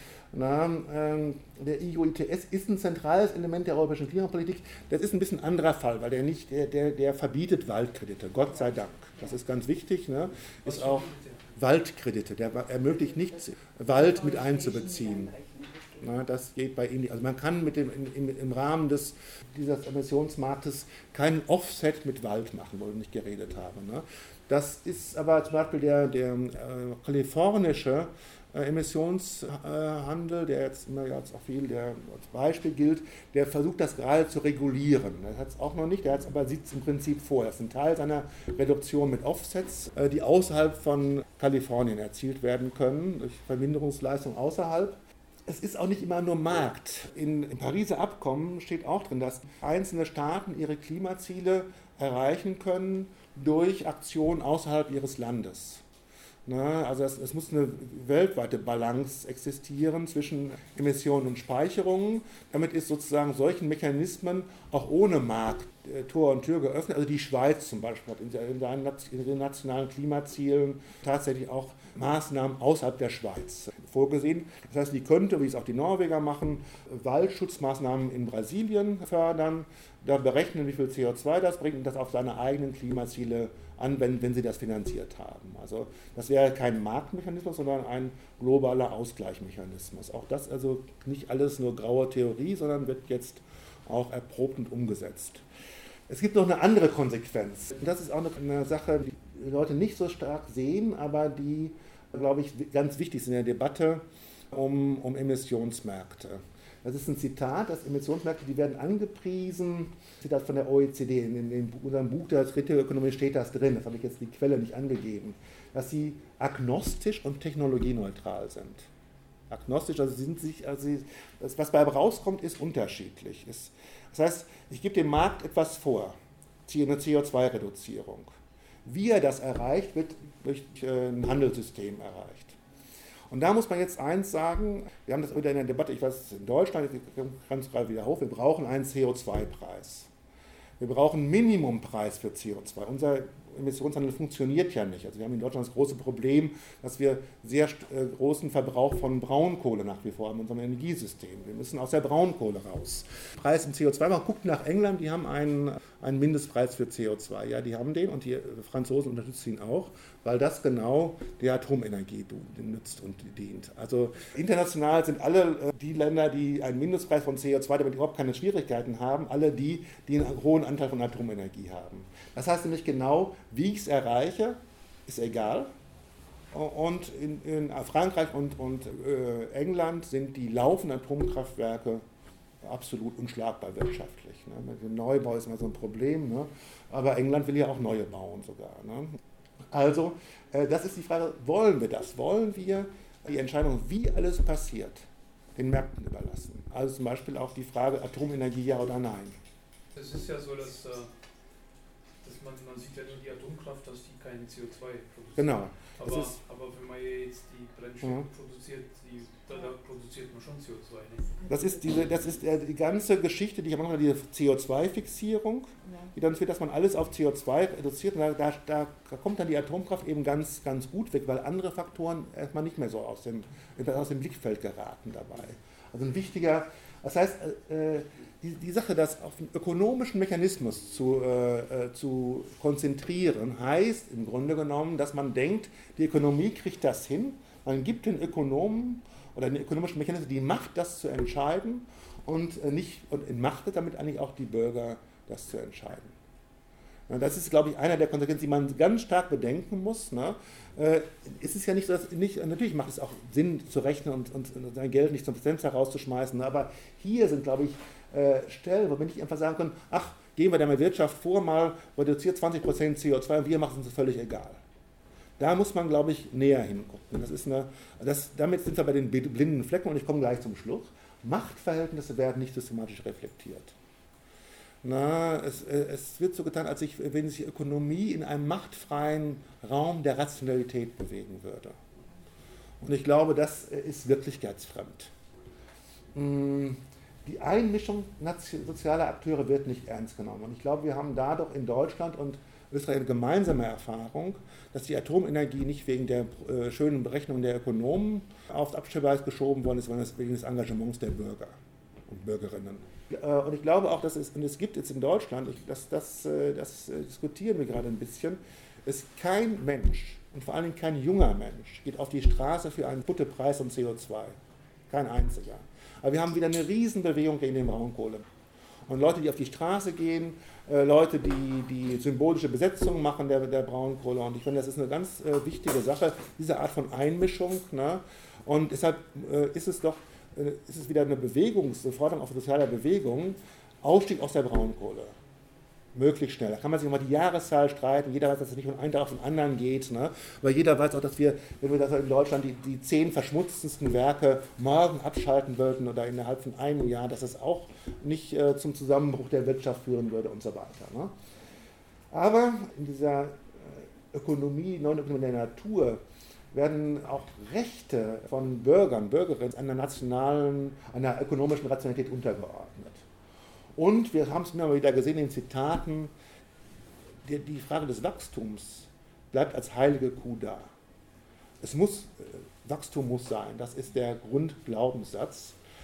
Der EU-ETS ist ein zentrales Element der europäischen Klimapolitik. Das ist ein bisschen ein anderer Fall, weil der verbietet Waldkredite, Gott sei Dank. Das ist ganz wichtig. Ne? Ist auch Waldkredite, der ermöglicht nicht, Wald mit einzubeziehen. Na, das geht bei ihm nicht. Also man kann im Rahmen dieses Emissionsmarktes keinen Offset mit Wald machen, wo wir nicht geredet haben. Ne? Das ist aber zum Beispiel der kalifornische Emissionshandel, der jetzt immer auch viel als Beispiel gilt, der versucht das gerade zu regulieren. Das hat es auch noch nicht, aber sieht es im Prinzip vor. Das ist ein Teil seiner Reduktion mit Offsets, die außerhalb von Kalifornien erzielt werden können, durch Verminderungsleistung außerhalb. Es ist auch nicht immer nur Markt. Im Pariser Abkommen steht auch drin, dass einzelne Staaten ihre Klimaziele erreichen können durch Aktionen außerhalb ihres Landes. Also es muss eine weltweite Balance existieren zwischen Emissionen und Speicherungen. Damit ist sozusagen solchen Mechanismen auch ohne Markt Tor und Tür geöffnet. Also die Schweiz zum Beispiel hat in den nationalen Klimazielen tatsächlich auch Maßnahmen außerhalb der Schweiz vorgesehen. Das heißt, die könnte, wie es auch die Norweger machen, Waldschutzmaßnahmen in Brasilien fördern, da berechnen, wie viel CO2 das bringt und das auf seine eigenen Klimaziele anwenden, wenn sie das finanziert haben. Also das wäre kein Marktmechanismus, sondern ein globaler Ausgleichsmechanismus. Auch das also nicht alles nur graue Theorie, sondern wird jetzt auch erprobt und umgesetzt. Es gibt noch eine andere Konsequenz. Und das ist auch eine Sache, die die Leute nicht so stark sehen, aber die, glaube ich, ganz wichtig sind in der Debatte um Emissionsmärkte. Das ist ein Zitat, dass Emissionsmärkte, die werden angepriesen, Zitat von der OECD, in unserem Buch der Kreditökonomie steht das drin, das habe ich jetzt die Quelle nicht angegeben, dass sie agnostisch und technologieneutral sind. Agnostisch, also das, was bei rauskommt, ist unterschiedlich. Das heißt, ich gebe dem Markt etwas vor, eine CO2-Reduzierung. Wie er das erreicht, wird durch ein Handelssystem erreicht. Und da muss man jetzt eins sagen, wir haben das wieder in der Debatte, ich weiß, in Deutschland, ich kann es gerade wieder hoch, wir brauchen einen CO2-Preis. Wir brauchen einen Minimumpreis für CO2. Unser Emissionshandel funktioniert ja nicht. Also wir haben in Deutschland das große Problem, dass wir sehr großen Verbrauch von Braunkohle nach wie vor haben in unserem Energiesystem. Wir müssen aus der Braunkohle raus. Preis im CO2, man guckt nach England, die haben einen Mindestpreis für CO2. Ja, die haben den und die Franzosen unterstützen ihn auch, weil das genau der Atomenergie nützt und dient. Also international sind alle die Länder, die einen Mindestpreis von CO2, damit überhaupt keine Schwierigkeiten haben, alle die einen hohen Anteil von Atomenergie haben. Das heißt nämlich genau, wie ich es erreiche, ist egal. Und in Frankreich und England sind die laufenden Atomkraftwerke absolut unschlagbar wirtschaftlich. Ne? Mit dem Neubau ist immer so ein Problem, ne? Aber England will ja auch neue bauen sogar. Ne? Also, das ist die Frage, wollen wir das? Wollen wir die Entscheidung, wie alles passiert, den Märkten überlassen? Also zum Beispiel auch die Frage, Atomenergie ja oder nein. Es ist ja so, dass man sieht ja nur die Atomkraft, dass die kein CO2 produziert. Genau. Aber wenn man jetzt die Brennstoffe produziert, da produziert man schon CO2. Ne? Das ist die ganze Geschichte, die ich am Anfang die CO2-Fixierung, die dann führt, dass man alles auf CO2 reduziert. Und da kommt dann die Atomkraft eben ganz, ganz gut weg, weil andere Faktoren erstmal nicht mehr so aus dem Blickfeld geraten dabei. Also ein wichtiger, das heißt, die Sache, das auf einen ökonomischen Mechanismus zu konzentrieren, heißt im Grunde genommen, dass man denkt, die Ökonomie kriegt das hin, man gibt den Ökonomen oder den ökonomischen Mechanismus die Macht, das zu entscheiden und entmachtet damit eigentlich auch die Bürger, das zu entscheiden. Das ist, glaube ich, einer der Konsequenzen, die man ganz stark bedenken muss. Ne? Es ist ja nicht so, natürlich macht es auch Sinn zu rechnen und sein Geld nicht zum Fenster rauszuschmeißen, ne? Aber hier sind, glaube ich, Stellen, wo wir nicht einfach sagen können, ach, gehen wir der Wirtschaft vor, mal reduziert 20% CO2 und wir machen es uns völlig egal. Da muss man, glaube ich, näher hingucken. Damit sind wir bei den blinden Flecken und ich komme gleich zum Schluss. Machtverhältnisse werden nicht systematisch reflektiert. Es wird so getan, als wenn sich Ökonomie in einem machtfreien Raum der Rationalität bewegen würde. Und ich glaube, das ist wirklichkeitsfremd. Die Einmischung sozialer Akteure wird nicht ernst genommen. Und ich glaube, wir haben da doch in Deutschland und Österreich eine gemeinsame Erfahrung, dass die Atomenergie nicht wegen der schönen Berechnung der Ökonomen aufs Abstellbereich geschoben worden ist, sondern wegen des Engagements der Bürger und Bürgerinnen. Und ich glaube auch, dass es gibt jetzt in Deutschland, das diskutieren wir gerade ein bisschen, ist kein Mensch, und vor allen Dingen kein junger Mensch, geht auf die Straße für einen Puttepreis von CO2. Kein einziger. Aber wir haben wieder eine Riesenbewegung gegen die Braunkohle. Und Leute, die auf die Straße gehen, Leute, die symbolische Besetzung machen der Braunkohle. Und ich finde, das ist eine ganz wichtige Sache, diese Art von Einmischung. Ne? Und deshalb ist es wieder eine Forderung auf sozialer Bewegung, Ausstieg aus der Braunkohle. Möglichst schnell. Da kann man sich nochmal die Jahreszahl streiten. Jeder weiß, dass es nicht von einem Tag auf den anderen geht. Ne? Aber jeder weiß auch, dass wenn wir das in Deutschland die 10 verschmutzendsten Werke morgen abschalten würden oder innerhalb von einem Jahr, dass es auch nicht zum Zusammenbruch der Wirtschaft führen würde und so weiter. Ne? Aber in dieser neuen Ökonomie der Natur werden auch Rechte von Bürgern, Bürgerinnen einer ökonomischen Rationalität untergeordnet. Und wir haben es immer wieder gesehen in Zitaten, die Frage des Wachstums bleibt als heilige Kuh da. Wachstum muss sein, das ist der Grundglaubenssatz.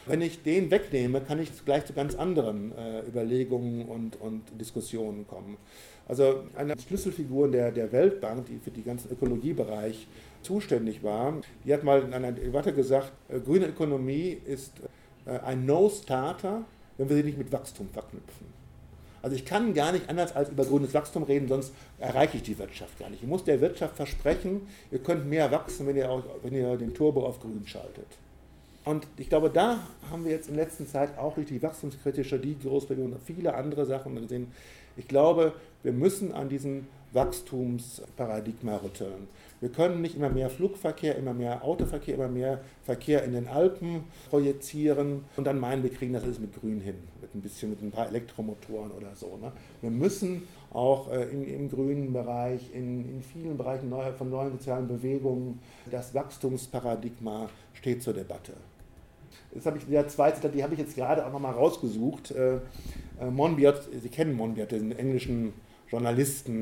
Wenn ich den wegnehme, kann ich gleich zu ganz anderen Überlegungen und Diskussionen kommen. Also eine Schlüsselfigur der Weltbank, die für den ganzen Ökologiebereich zuständig war, die hat mal in einer Debatte gesagt, grüne Ökonomie ist ein No-Starter, wenn wir sie nicht mit Wachstum verknüpfen. Also ich kann gar nicht anders als über grünes Wachstum reden, sonst erreiche ich die Wirtschaft gar nicht. Ich muss der Wirtschaft versprechen, ihr könnt mehr wachsen, wenn ihr den Turbo auf grün schaltet. Und ich glaube, da haben wir jetzt in letzter Zeit auch durch die wachstumskritische, die Großregion und viele andere Sachen gesehen. Ich glaube, wir müssen an diesen Wachstumsparadigma rütteln. Wir können nicht immer mehr Flugverkehr, immer mehr Autoverkehr, immer mehr Verkehr in den Alpen projizieren und dann meinen, wir kriegen das alles mit Grün hin, mit ein paar Elektromotoren oder so. Ne? Wir müssen auch im grünen Bereich, in vielen Bereichen von neuen sozialen Bewegungen, das Wachstumsparadigma steht zur Debatte. Das habe ich, der zweite, die habe ich jetzt gerade auch nochmal rausgesucht. Monbiot, Sie kennen Monbiot, den englischen Journalisten,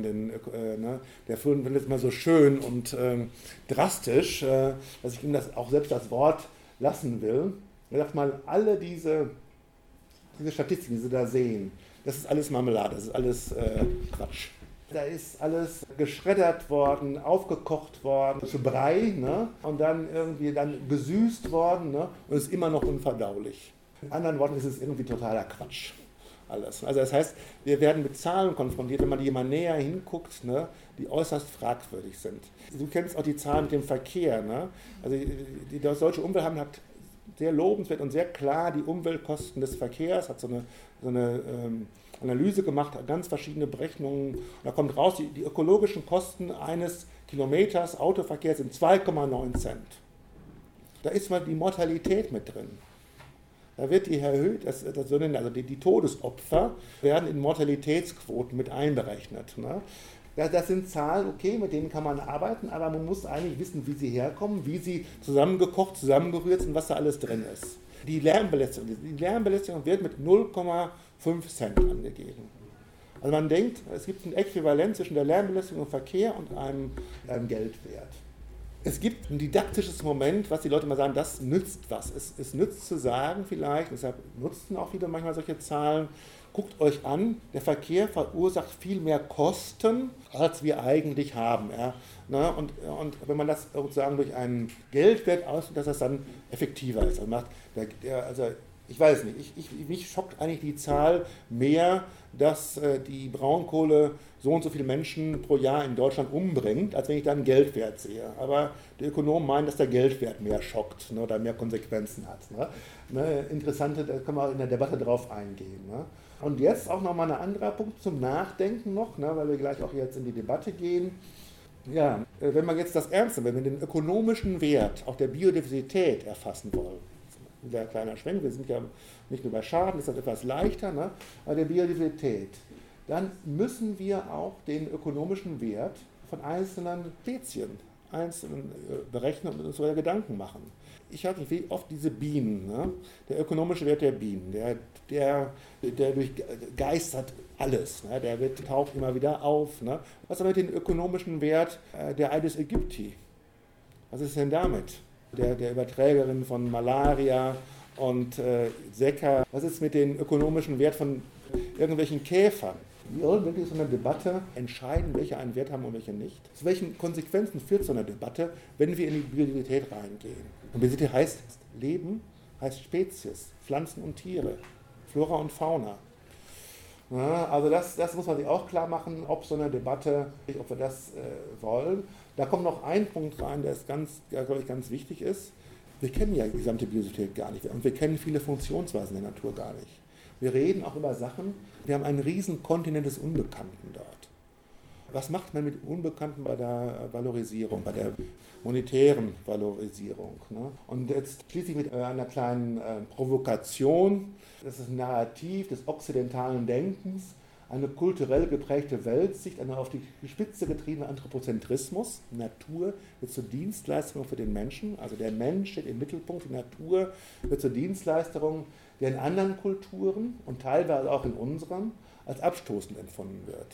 der findet es immer so schön und drastisch, dass ich ihm das auch selbst das Wort lassen will. Er sagt mal, alle diese Statistiken, die Sie da sehen, das ist alles Marmelade, das ist alles Quatsch. Da ist alles geschreddert worden, aufgekocht worden zu Brei, ne? Und dann irgendwie gesüßt worden, ne? Und ist immer noch unverdaulich. In anderen Worten ist es irgendwie totaler Quatsch. Alles. Also das heißt, wir werden mit Zahlen konfrontiert, wenn man die mal näher hinguckt, ne, die äußerst fragwürdig sind. Du kennst auch die Zahlen mit dem Verkehr. Ne? Also die Deutsche Umweltamt hat sehr lobenswert und sehr klar die Umweltkosten des Verkehrs, hat so eine Analyse gemacht, ganz verschiedene Berechnungen. Da kommt raus, die ökologischen Kosten eines Kilometers Autoverkehr sind 2,9 Cent. Da ist mal die Mortalität mit drin. Da wird die erhöht, also die Todesopfer werden in Mortalitätsquoten mit einberechnet. Ne? Das sind Zahlen, okay, mit denen kann man arbeiten, aber man muss eigentlich wissen, wie sie herkommen, wie sie zusammengekocht, zusammengerührt sind, was da alles drin ist. Die Lärmbelästigung wird mit 0,5 Cent angegeben. Also man denkt, es gibt ein Äquivalent zwischen der Lärmbelästigung im Verkehr und einem Geldwert. Es gibt ein didaktisches Moment, was die Leute mal sagen, das nützt was. Es nützt zu sagen vielleicht, deshalb nutzen auch viele manchmal solche Zahlen, guckt euch an, der Verkehr verursacht viel mehr Kosten, als wir eigentlich haben. Ja? Ne? Und wenn man das sozusagen durch einen Geldwert ausdrückt, dass das dann effektiver ist. Also ich weiß nicht, mich schockt eigentlich die Zahl mehr, dass die Braunkohle so und so viele Menschen pro Jahr in Deutschland umbringt, als wenn ich da einen Geldwert sehe. Aber die Ökonomen meinen, dass der Geldwert mehr schockt, ne, oder mehr Konsequenzen hat. Ne, interessante, da können wir auch in der Debatte drauf eingehen. Ne. Und jetzt auch nochmal ein anderer Punkt zum Nachdenken noch, ne, weil wir gleich auch jetzt in die Debatte gehen. Ja, wenn wir jetzt das Ernste, wenn wir den ökonomischen Wert auch der Biodiversität erfassen wollen, ein kleiner Schwenk, wir sind ja nicht nur bei Schaden, ist das etwas leichter, ne? Aber der Biodiversität, dann müssen wir auch den ökonomischen Wert von einzelnen Spezien, einzelnen berechnen und uns darüber Gedanken machen. Ich weiß nicht, wie oft diese Bienen, ne? Der ökonomische Wert der Bienen, der durchgeistert alles, ne? Der taucht immer wieder auf. Ne? Was aber mit dem ökonomischen Wert der Aedes aegypti? Was ist denn damit? Der Überträgerin von Malaria und Zika. Was ist mit dem ökonomischen Wert von irgendwelchen Käfern? Wir wollen wirklich so eine Debatte entscheiden, welche einen Wert haben und welche nicht. Zu welchen Konsequenzen führt so eine Debatte, wenn wir in die Biodiversität reingehen? Und Biodiversität heißt Leben, heißt Spezies, Pflanzen und Tiere, Flora und Fauna. Ja, also das muss man sich auch klar machen, ob so eine Debatte, ob wir das wollen. Da kommt noch ein Punkt rein, der ist glaube ich, ganz wichtig ist. Wir kennen ja die gesamte Biodiversität gar nicht und wir kennen viele Funktionsweisen der Natur gar nicht. Wir reden auch über Sachen, wir haben einen riesen Kontinent des Unbekannten dort. Was macht man mit Unbekannten bei der Valorisierung, bei der monetären Valorisierung? Ne? Und jetzt schließe ich mit einer kleinen Provokation. Das ist ein Narrativ des okzidentalen Denkens, eine kulturell geprägte Weltsicht, eine auf die Spitze getriebene Anthropozentrismus. Natur wird zur Dienstleistung für den Menschen, also der Mensch steht im Mittelpunkt, die Natur wird zur Dienstleistung, der in anderen Kulturen und teilweise auch in unseren als abstoßend empfunden wird.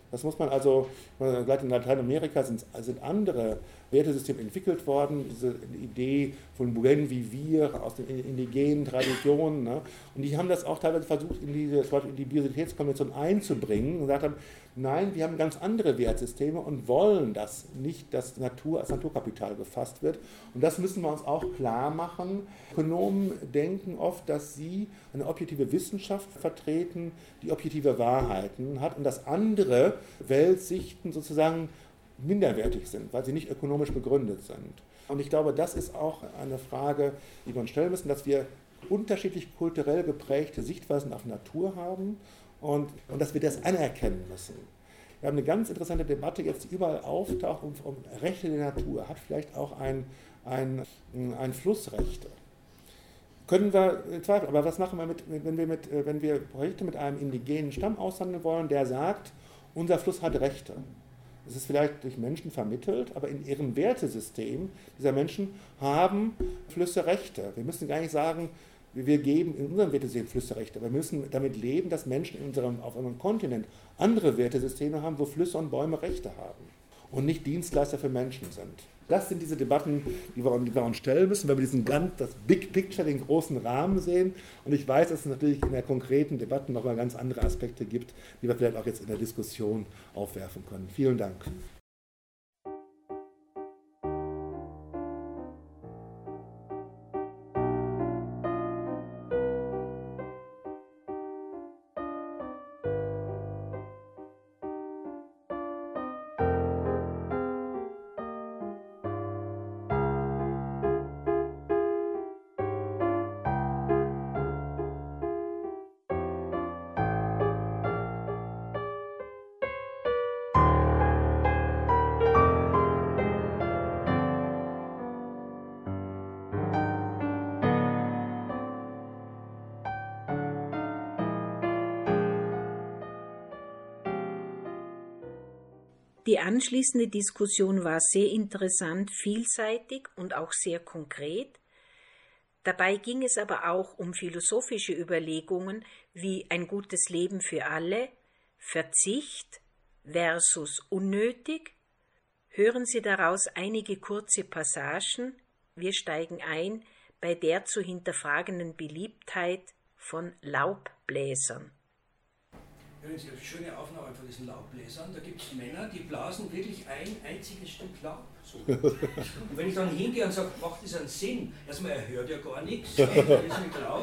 Das muss man also, gerade in Lateinamerika sind andere Wertesysteme entwickelt worden, diese Idee von Buen Vivir aus den indigenen Traditionen. Ne? Und die haben das auch teilweise versucht, zum Beispiel in die Biodiversitätskonvention einzubringen und gesagt haben, nein, wir haben ganz andere Wertsysteme und wollen das nicht, dass Natur als Naturkapital gefasst wird. Und das müssen wir uns auch klar machen. Ökonomen denken oft, dass sie eine objektive Wissenschaft vertreten, die objektive Wahrheiten hat und dass andere Weltsichten sozusagen minderwertig sind, weil sie nicht ökonomisch begründet sind. Und ich glaube, das ist auch eine Frage, die wir uns stellen müssen, dass wir unterschiedlich kulturell geprägte Sichtweisen auf Natur haben und dass wir das anerkennen müssen. Wir haben eine ganz interessante Debatte jetzt, die überall auftaucht, um Rechte der Natur. Hat vielleicht auch ein Flussrechte. Können wir zweifeln, aber was machen wir, wenn wir Projekte mit einem indigenen Stamm aushandeln wollen, der sagt, unser Fluss hat Rechte. Das ist vielleicht durch Menschen vermittelt, aber in ihrem Wertesystem dieser Menschen haben Flüsse Rechte. Wir müssen gar nicht sagen, wir geben in unserem Wertesystem Flüsse Rechte. Wir müssen damit leben, dass Menschen auf unserem Kontinent andere Wertesysteme haben, wo Flüsse und Bäume Rechte haben und nicht Dienstleister für Menschen sind. Das sind diese Debatten, die wir uns stellen müssen, wenn wir das Big Picture, den großen Rahmen sehen. Und ich weiß, dass es natürlich in der konkreten Debatte nochmal ganz andere Aspekte gibt, die wir vielleicht auch jetzt in der Diskussion aufwerfen können. Vielen Dank. Die anschließende Diskussion war sehr interessant, vielseitig und auch sehr konkret. Dabei ging es aber auch um philosophische Überlegungen wie ein gutes Leben für alle, Verzicht versus unnötig. Hören Sie daraus einige kurze Passagen. Wir steigen ein bei der zu hinterfragenden Beliebtheit von Laubbläsern. Hören Sie eine schöne Aufnahme von diesen Laubbläsern. Da gibt es Männer, die blasen wirklich ein einziges Stück Laub. So. Und wenn ich dann hingehe und sage, macht das einen Sinn? Erstmal, er hört ja gar nichts, er ist nicht laut.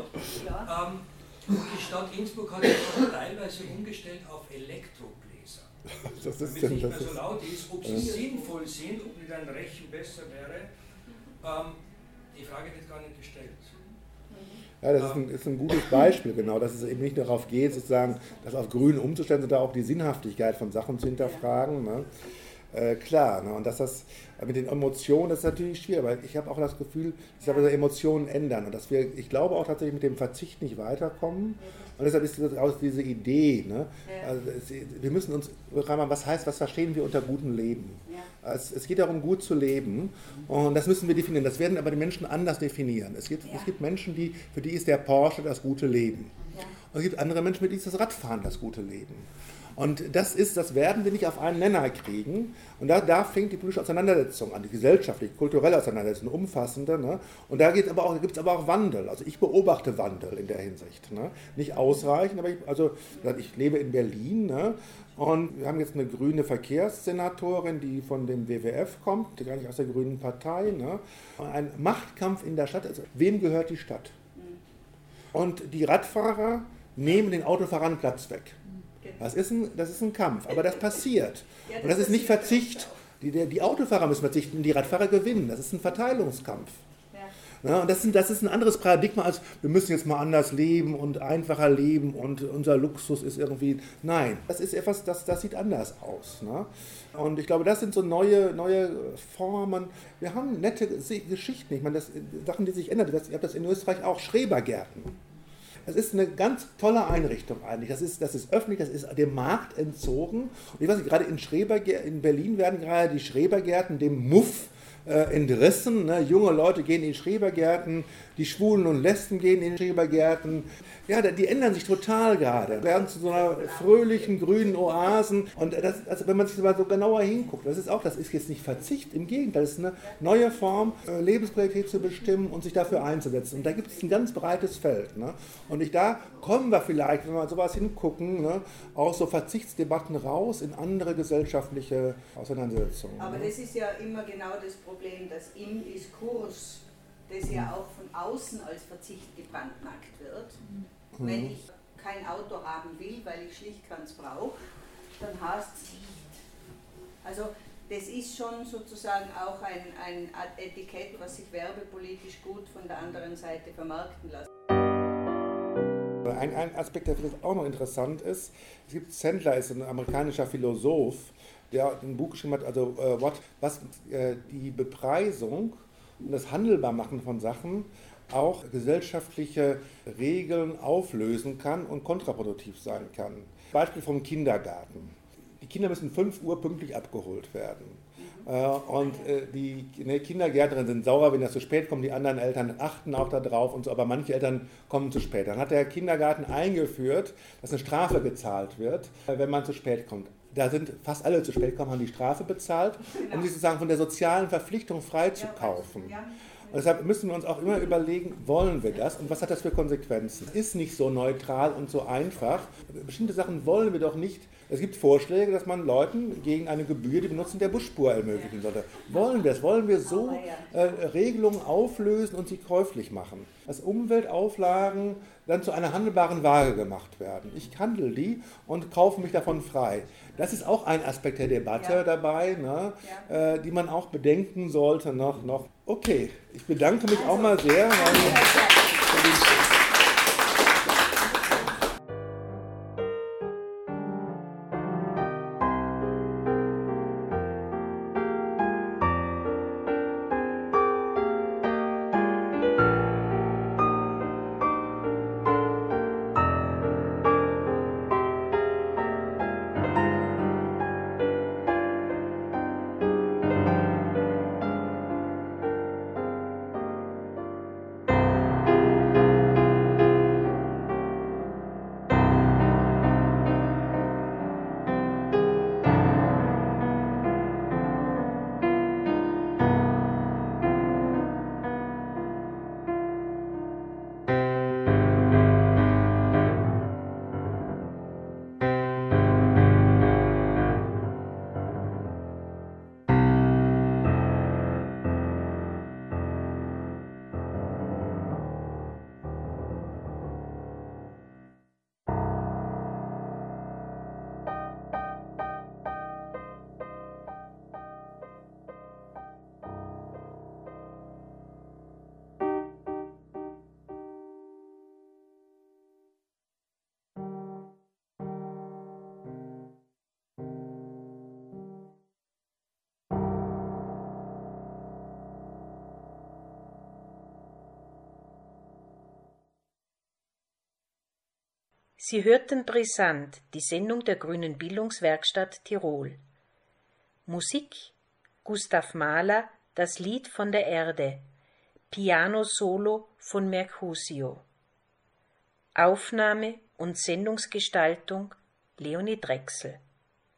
Die Stadt Innsbruck hat das teilweise umgestellt auf Elektrobläser. Das ist damit es nicht mehr so laut ist. Ob sie sinnvoll sind, ob nicht ein Rechen besser wäre, die Frage wird gar nicht gestellt. Ja, das ist ein gutes Beispiel, genau, dass es eben nicht darauf geht, sozusagen, das auf Grün umzustellen, sondern auch die Sinnhaftigkeit von Sachen zu hinterfragen. Ne? Klar, ne? Und dass das mit den Emotionen, das ist natürlich schwierig, aber ich habe auch das Gefühl, dass wir Emotionen ändern und dass wir, ich glaube auch tatsächlich mit dem Verzicht nicht weiterkommen. Und deshalb ist das auch diese Idee, ne? Also wir müssen uns fragen, was verstehen wir unter gutem Leben? Es geht darum, gut zu leben und das müssen wir definieren. Das werden aber die Menschen anders definieren. Es gibt Menschen, für die ist der Porsche das gute Leben. Und es gibt andere Menschen, für die ist das Radfahren das gute Leben. Und das werden wir nicht auf einen Nenner kriegen. Und da fängt die politische Auseinandersetzung an, die gesellschaftliche, kulturelle Auseinandersetzung, umfassende. Ne? Und da gibt es aber auch Wandel. Also ich beobachte Wandel in der Hinsicht. Ne? Nicht ausreichend, aber ich lebe in Berlin. Ne? Und wir haben jetzt eine grüne Verkehrssenatorin, die von dem WWF kommt, die gar nicht aus der Grünen Partei. Ne? Ein Machtkampf in der Stadt. Also, wem gehört die Stadt? Und die Radfahrer nehmen den Autofahrern Platz weg. Das ist ein Kampf, aber das passiert. Und das ist nicht Verzicht. Die Autofahrer müssen verzichten, die Radfahrer gewinnen. Das ist ein Verteilungskampf. Ja, und das ist ein anderes Paradigma als, wir müssen jetzt mal anders leben und einfacher leben und unser Luxus ist irgendwie, nein, das ist etwas, das sieht anders aus. Ne? Und ich glaube, das sind so neue Formen. Wir haben nette Geschichten, ich meine, Sachen, die sich ändern. Ich habe das in Österreich auch, Schrebergärten. Das ist eine ganz tolle Einrichtung eigentlich. Das ist öffentlich, das ist dem Markt entzogen. Und ich weiß nicht, gerade in Berlin werden gerade die Schrebergärten dem Muff entrissen. Ne? Junge Leute gehen in die Schrebergärten, die Schwulen und Lesben gehen in die Schrebergärten. Ja, die ändern sich total gerade, werden zu so einer fröhlichen, grünen Oasen. Und das, also wenn man sich mal so genauer hinguckt, das ist jetzt nicht Verzicht, im Gegenteil, das ist eine neue Form, Lebensqualität zu bestimmen und sich dafür einzusetzen. Und da gibt es ein ganz breites Feld. Ne? Und da kommen wir vielleicht, wenn wir sowas hingucken, ne, aus so Verzichtsdebatten raus in andere gesellschaftliche Auseinandersetzungen. Aber das ist ja immer genau das Problem, dass im Diskurs, das ja auch von außen als Verzicht gebrandmarkt wird, wenn ich kein Auto haben will, weil ich schlicht keins brauche, dann heißt es nicht. Also das ist schon sozusagen auch ein Etikett, was sich werbepolitisch gut von der anderen Seite vermarkten lässt. Ein Aspekt, der vielleicht auch noch interessant ist, es gibt Sandler, ist ein amerikanischer Philosoph, der ein Buch geschrieben hat, also was die Bepreisung und das Handelbarmachen von Sachen auch gesellschaftliche Regeln auflösen kann und kontraproduktiv sein kann. Beispiel vom Kindergarten. Die Kinder müssen 5 Uhr pünktlich abgeholt werden. Und die Kindergärtnerinnen sind sauer, wenn das zu spät kommt. Die anderen Eltern achten auch darauf und so, aber manche Eltern kommen zu spät. Dann hat der Kindergarten eingeführt, dass eine Strafe gezahlt wird, wenn man zu spät kommt. Da sind fast alle zu spät gekommen, haben die Strafe bezahlt, um sich sozusagen von der sozialen Verpflichtung freizukaufen. Und deshalb müssen wir uns auch immer überlegen, wollen wir das und was hat das für Konsequenzen? Es ist nicht so neutral und so einfach. Bestimmte Sachen wollen wir doch nicht. Es gibt Vorschläge, dass man Leuten gegen eine Gebühr die Benutzung der Busspur ermöglichen sollte. Wollen wir das? Wollen wir so Regelungen auflösen und sie käuflich machen? Dass Umweltauflagen dann zu einer handelbaren Ware gemacht werden. Ich handle die und kaufe mich davon frei. Das ist auch ein Aspekt der Debatte dabei, ne, die man auch bedenken sollte noch. Okay, ich bedanke mich auch mal sehr. Sie hörten Brisant, die Sendung der Grünen Bildungswerkstatt Tirol. Musik Gustav Mahler, das Lied von der Erde, Piano-Solo von Mercusio. Aufnahme und Sendungsgestaltung Leonie Drechsel.